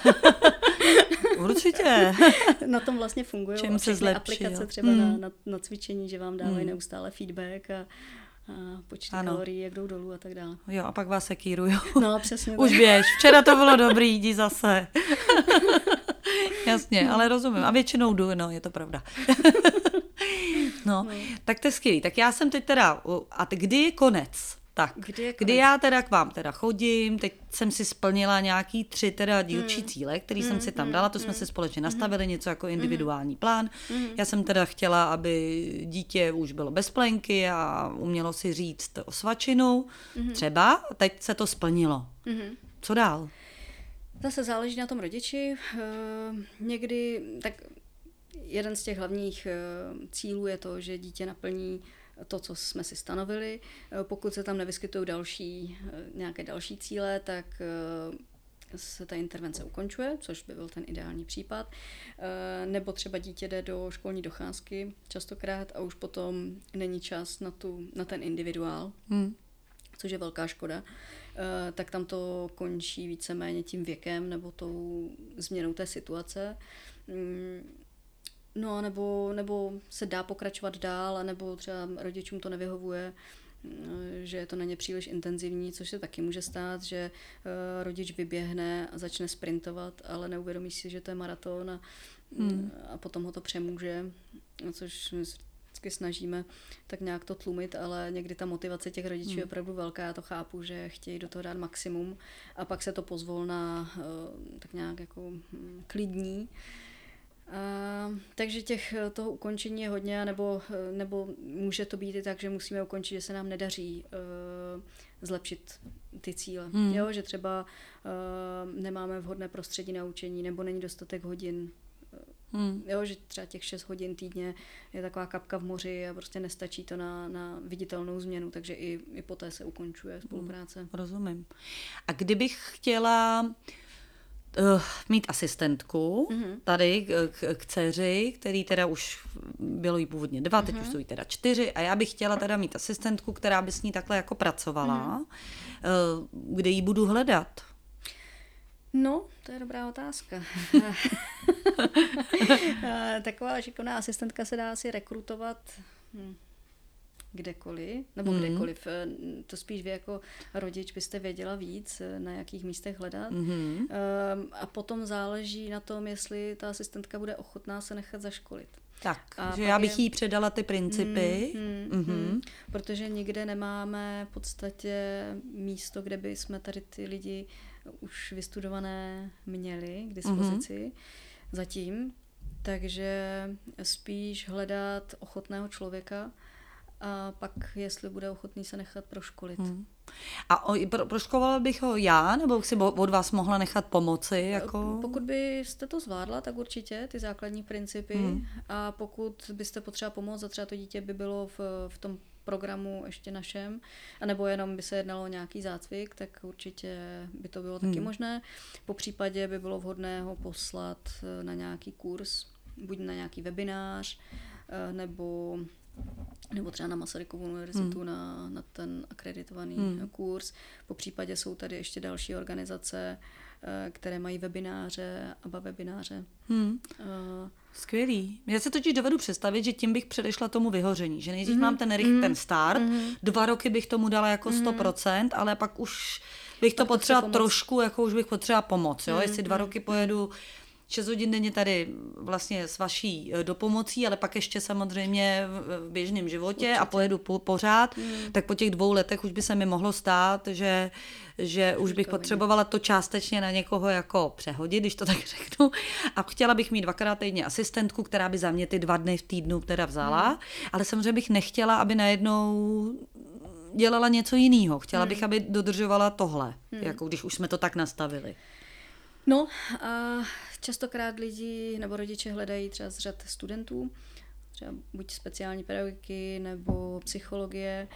Určitě. Na tom vlastně fungují Čím se zlepší, aplikace jo. třeba mm. na, na, na cvičení, že vám dávají mm. neustále feedback a, a počty ano. kalorií, jak jdou dolů a tak dále. Jo, a pak vás sekírujou. No, přesně. Už běž, včera to bylo dobrý, jdi zase. Jasně, ale rozumím. A většinou jdu, no, je to pravda. no, no, tak to je skvělý. Tak já jsem teď teda, a teď kdy je konec? Tak, kdy, je konec? Kdy já teda k vám teda chodím, teď jsem si splnila nějaký tři teda dílčí mm. cíle, který mm, jsem si tam dala, to mm, jsme si společně mm, nastavili, něco jako individuální plán. Mm. Já jsem teda chtěla, aby dítě už bylo bez plenky a umělo si říct o svačinu, mm. třeba, teď se to splnilo. Mm. Co dál? Zase záleží na tom rodiči. Někdy, tak jeden z těch hlavních cílů je to, že dítě naplní to, co jsme si stanovili. Pokud se tam nevyskytují další, nějaké další cíle, tak se ta intervence ukončuje, což by byl ten ideální případ. Nebo třeba dítě jde do školní docházky častokrát a už potom není čas na, tu, na ten individuál, hmm. což je velká škoda. Tak tam to končí víceméně tím věkem nebo tou změnou té situace. No, nebo, nebo se dá pokračovat dál, nebo třeba rodičům to nevyhovuje, že je to na ně příliš intenzivní, což se taky může stát, že rodič vyběhne a začne sprintovat, ale neuvědomí si, že to je maraton a, hmm. a potom ho to přemůže, což my vždycky snažíme tak nějak to tlumit, ale někdy ta motivace těch rodičů hmm. je opravdu velká, já to chápu, že chtějí do toho dát maximum a pak se to pozvolna tak nějak jako klidní. Uh, takže těch toho ukončení je hodně, nebo, nebo může to být i tak, že musíme ukončit, že se nám nedaří uh, zlepšit ty cíle. Hmm. Jo, že třeba uh, nemáme vhodné prostředí na učení, nebo není dostatek hodin. Hmm. Jo, že třeba těch šest hodin týdně je taková kapka v moři a prostě nestačí to na, na viditelnou změnu, takže i, i poté se ukončuje spolupráce. Hmm. Rozumím. A kdybych chtěla Uh, mít asistentku mm-hmm. tady k, k dceři, který teda už bylo jí původně dva, mm-hmm. teď už jsou jí teda čtyři a já bych chtěla teda mít asistentku, která by s ní takhle jako pracovala. Mm-hmm. Uh, kde ji budu hledat? No, to je dobrá otázka. Taková šikovná asistentka se dá asi rekrutovat hm. kdekoliv, nebo mm. kdekoliv. To spíš vy jako rodič byste věděla víc, na jakých místech hledat. Mm. A potom záleží na tom, jestli ta asistentka bude ochotná se nechat zaškolit. Tak, a že já bych je... jí předala ty principy. Mm, mm, mm. Mm. Protože nikde nemáme v podstatě místo, kde by jsme tady ty lidi už vystudované měli k dispozici mm. zatím. Takže spíš hledat ochotného člověka, a pak, jestli bude ochotný se nechat proškolit. Hmm. A o, pro, proškolovala bych ho já, nebo bych si od vás mohla nechat pomoci? Jako... Pokud byste to zvládla, tak určitě ty základní principy. Hmm. A pokud byste potřeba pomoct, a třeba to dítě by bylo v, v tom programu ještě našem, anebo jenom by se jednalo o nějaký zácvik, tak určitě by to bylo taky hmm. možné. Po případě by bylo vhodné ho poslat na nějaký kurz, buď na nějaký webinář, nebo nebo třeba na Masarykovu univerzitu hmm. na, na ten akreditovaný hmm. kurz. Po případě jsou tady ještě další organizace, které mají webináře, A B A webináře. Hmm. Uh, Skvělý. Já se totiž dovedu představit, že tím bych předešla tomu vyhoření, že nejdřív mm-hmm. mám ten, rych, ten start, mm-hmm. dva roky bych tomu dala jako sto procent, mm-hmm. ale pak už bych to potřeba trošku, jako už bych potřeba pomoc, jo? Mm-hmm. Jestli dva roky pojedu šest hodin denně tady vlastně s vaší dopomocí, ale pak ještě samozřejmě v běžném životě určitě. A pojedu po, pořád, mm. tak po těch dvou letech už by se mi mohlo stát, že, že už bych potřebovala to částečně na někoho jako přehodit, když to tak řeknu. A chtěla bych mít dvakrát týdně asistentku, která by za mě ty dva dny v týdnu teda vzala, mm. ale samozřejmě bych nechtěla, aby najednou dělala něco jiného. Chtěla mm. bych, aby dodržovala tohle, mm. jako když už jsme to tak nastavili. No a Častokrát lidi nebo rodiče hledají třeba z řad studentů, třeba buď speciální pedagogiky nebo psychologie,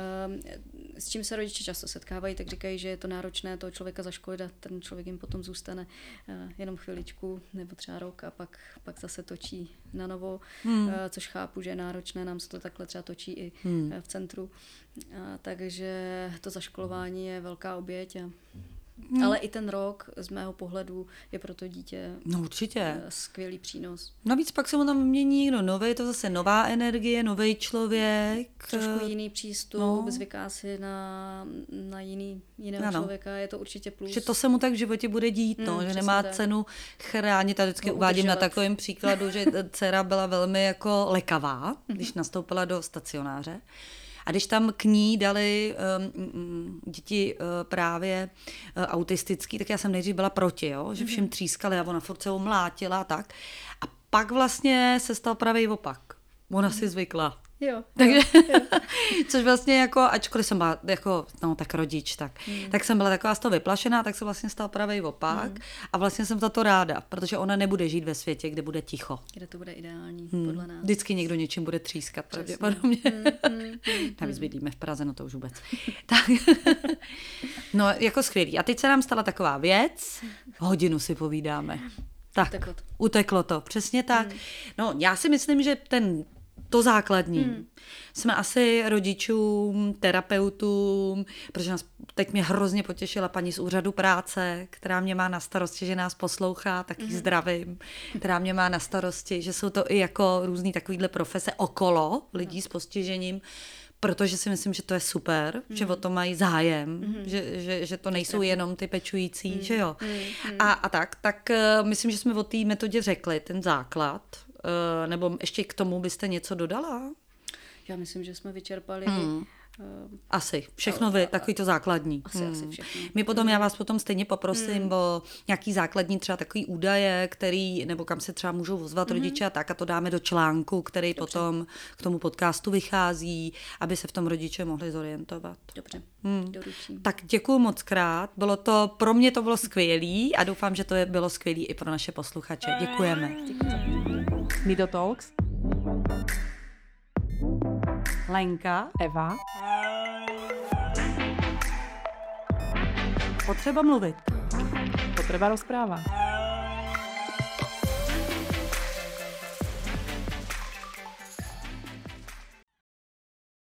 s čím se rodiče často setkávají, tak říkají, že je to náročné toho člověka zaškolit a ten člověk jim potom zůstane jenom chviličku nebo třeba rok a pak, pak zase točí na novo, hmm. což chápu, že je náročné, nám se to takhle třeba točí i hmm. v centru. A takže to zaškolování je velká oběť a Hmm. Ale i ten rok z mého pohledu je pro to dítě no, určitě. skvělý přínos. Navíc pak se mu tam mění někdo nový, je to zase nová energie, nový člověk. Trošku jiný přístup, no. Zvyká si na, na jiný, jiného ano. člověka, je to určitě plus. Že to se mu tak v životě bude dít, no, hmm, že nemá tak. cenu chránit. A vždycky no, uvádím udržovat. Na takovém příkladu, že dcera byla velmi jako lekavá, když nastoupila do stacionáře. A když tam k ní dali um, děti uh, právě uh, autistický, tak já jsem nejdřív byla proti, jo? Že všem třískali a ona furt se ho mlátila a tak. A pak vlastně se stal pravý opak. Ona si zvykla. Jo, takže, jo, jo. Což vlastně jako, ačkoliv jsem byla jako, no tak rodič, tak, hmm. tak jsem byla taková z toho vyplašená, tak se vlastně stal pravý opak hmm. a vlastně jsem za to ráda, protože ona nebude žít ve světě, kde bude ticho. Kde to bude ideální, hmm. podle nás. Vždycky někdo něčím bude třískat, pravděpodobně. Hmm, hmm, hmm, Navíc bydlíme v Praze, no to už vůbec. tak. No, jako skvělý. A teď se nám stala taková věc, hodinu si povídáme. Tak, uteklo to. Uteklo to, přesně tak. Hmm. No, já si myslím, že ten to základní. Hmm. Jsme asi rodičům, terapeutům, protože nás, teď mě hrozně potěšila paní z úřadu práce, která mě má na starosti, že nás poslouchá, tak ji hmm. zdravím, která mě má na starosti, že jsou to i jako různý takovýhle profese okolo lidí hmm. s postižením, protože si myslím, že to je super, mm. že o to mají zájem, mm. že, že, že to nejsou jenom ty pečující, mm. že jo. Mm. A, a tak, tak uh, myslím, že jsme o té metodě řekli, ten základ, uh, nebo ještě k tomu byste něco dodala? Já myslím, že jsme vyčerpali... Mm. Asi, všechno vy, takový to základní. Asi, hmm. asi všechno. My potom, já vás potom stejně poprosím hmm. o nějaký základní třeba takový údaje, který, nebo kam se třeba můžou ozvat hmm. rodiče a tak, a to dáme do článku, který Dobře. Potom k tomu podcastu vychází, aby se v tom rodiče mohli zorientovat. Dobře, hmm. doručím. Tak děkuju moc krát, bylo to, pro mě to bylo skvělý a doufám, že to je, bylo skvělý i pro naše posluchače. Děkujeme. Děkuji. Mido Talks. Lenka. Eva. Potřeba mluvit. Potreba rozpráva.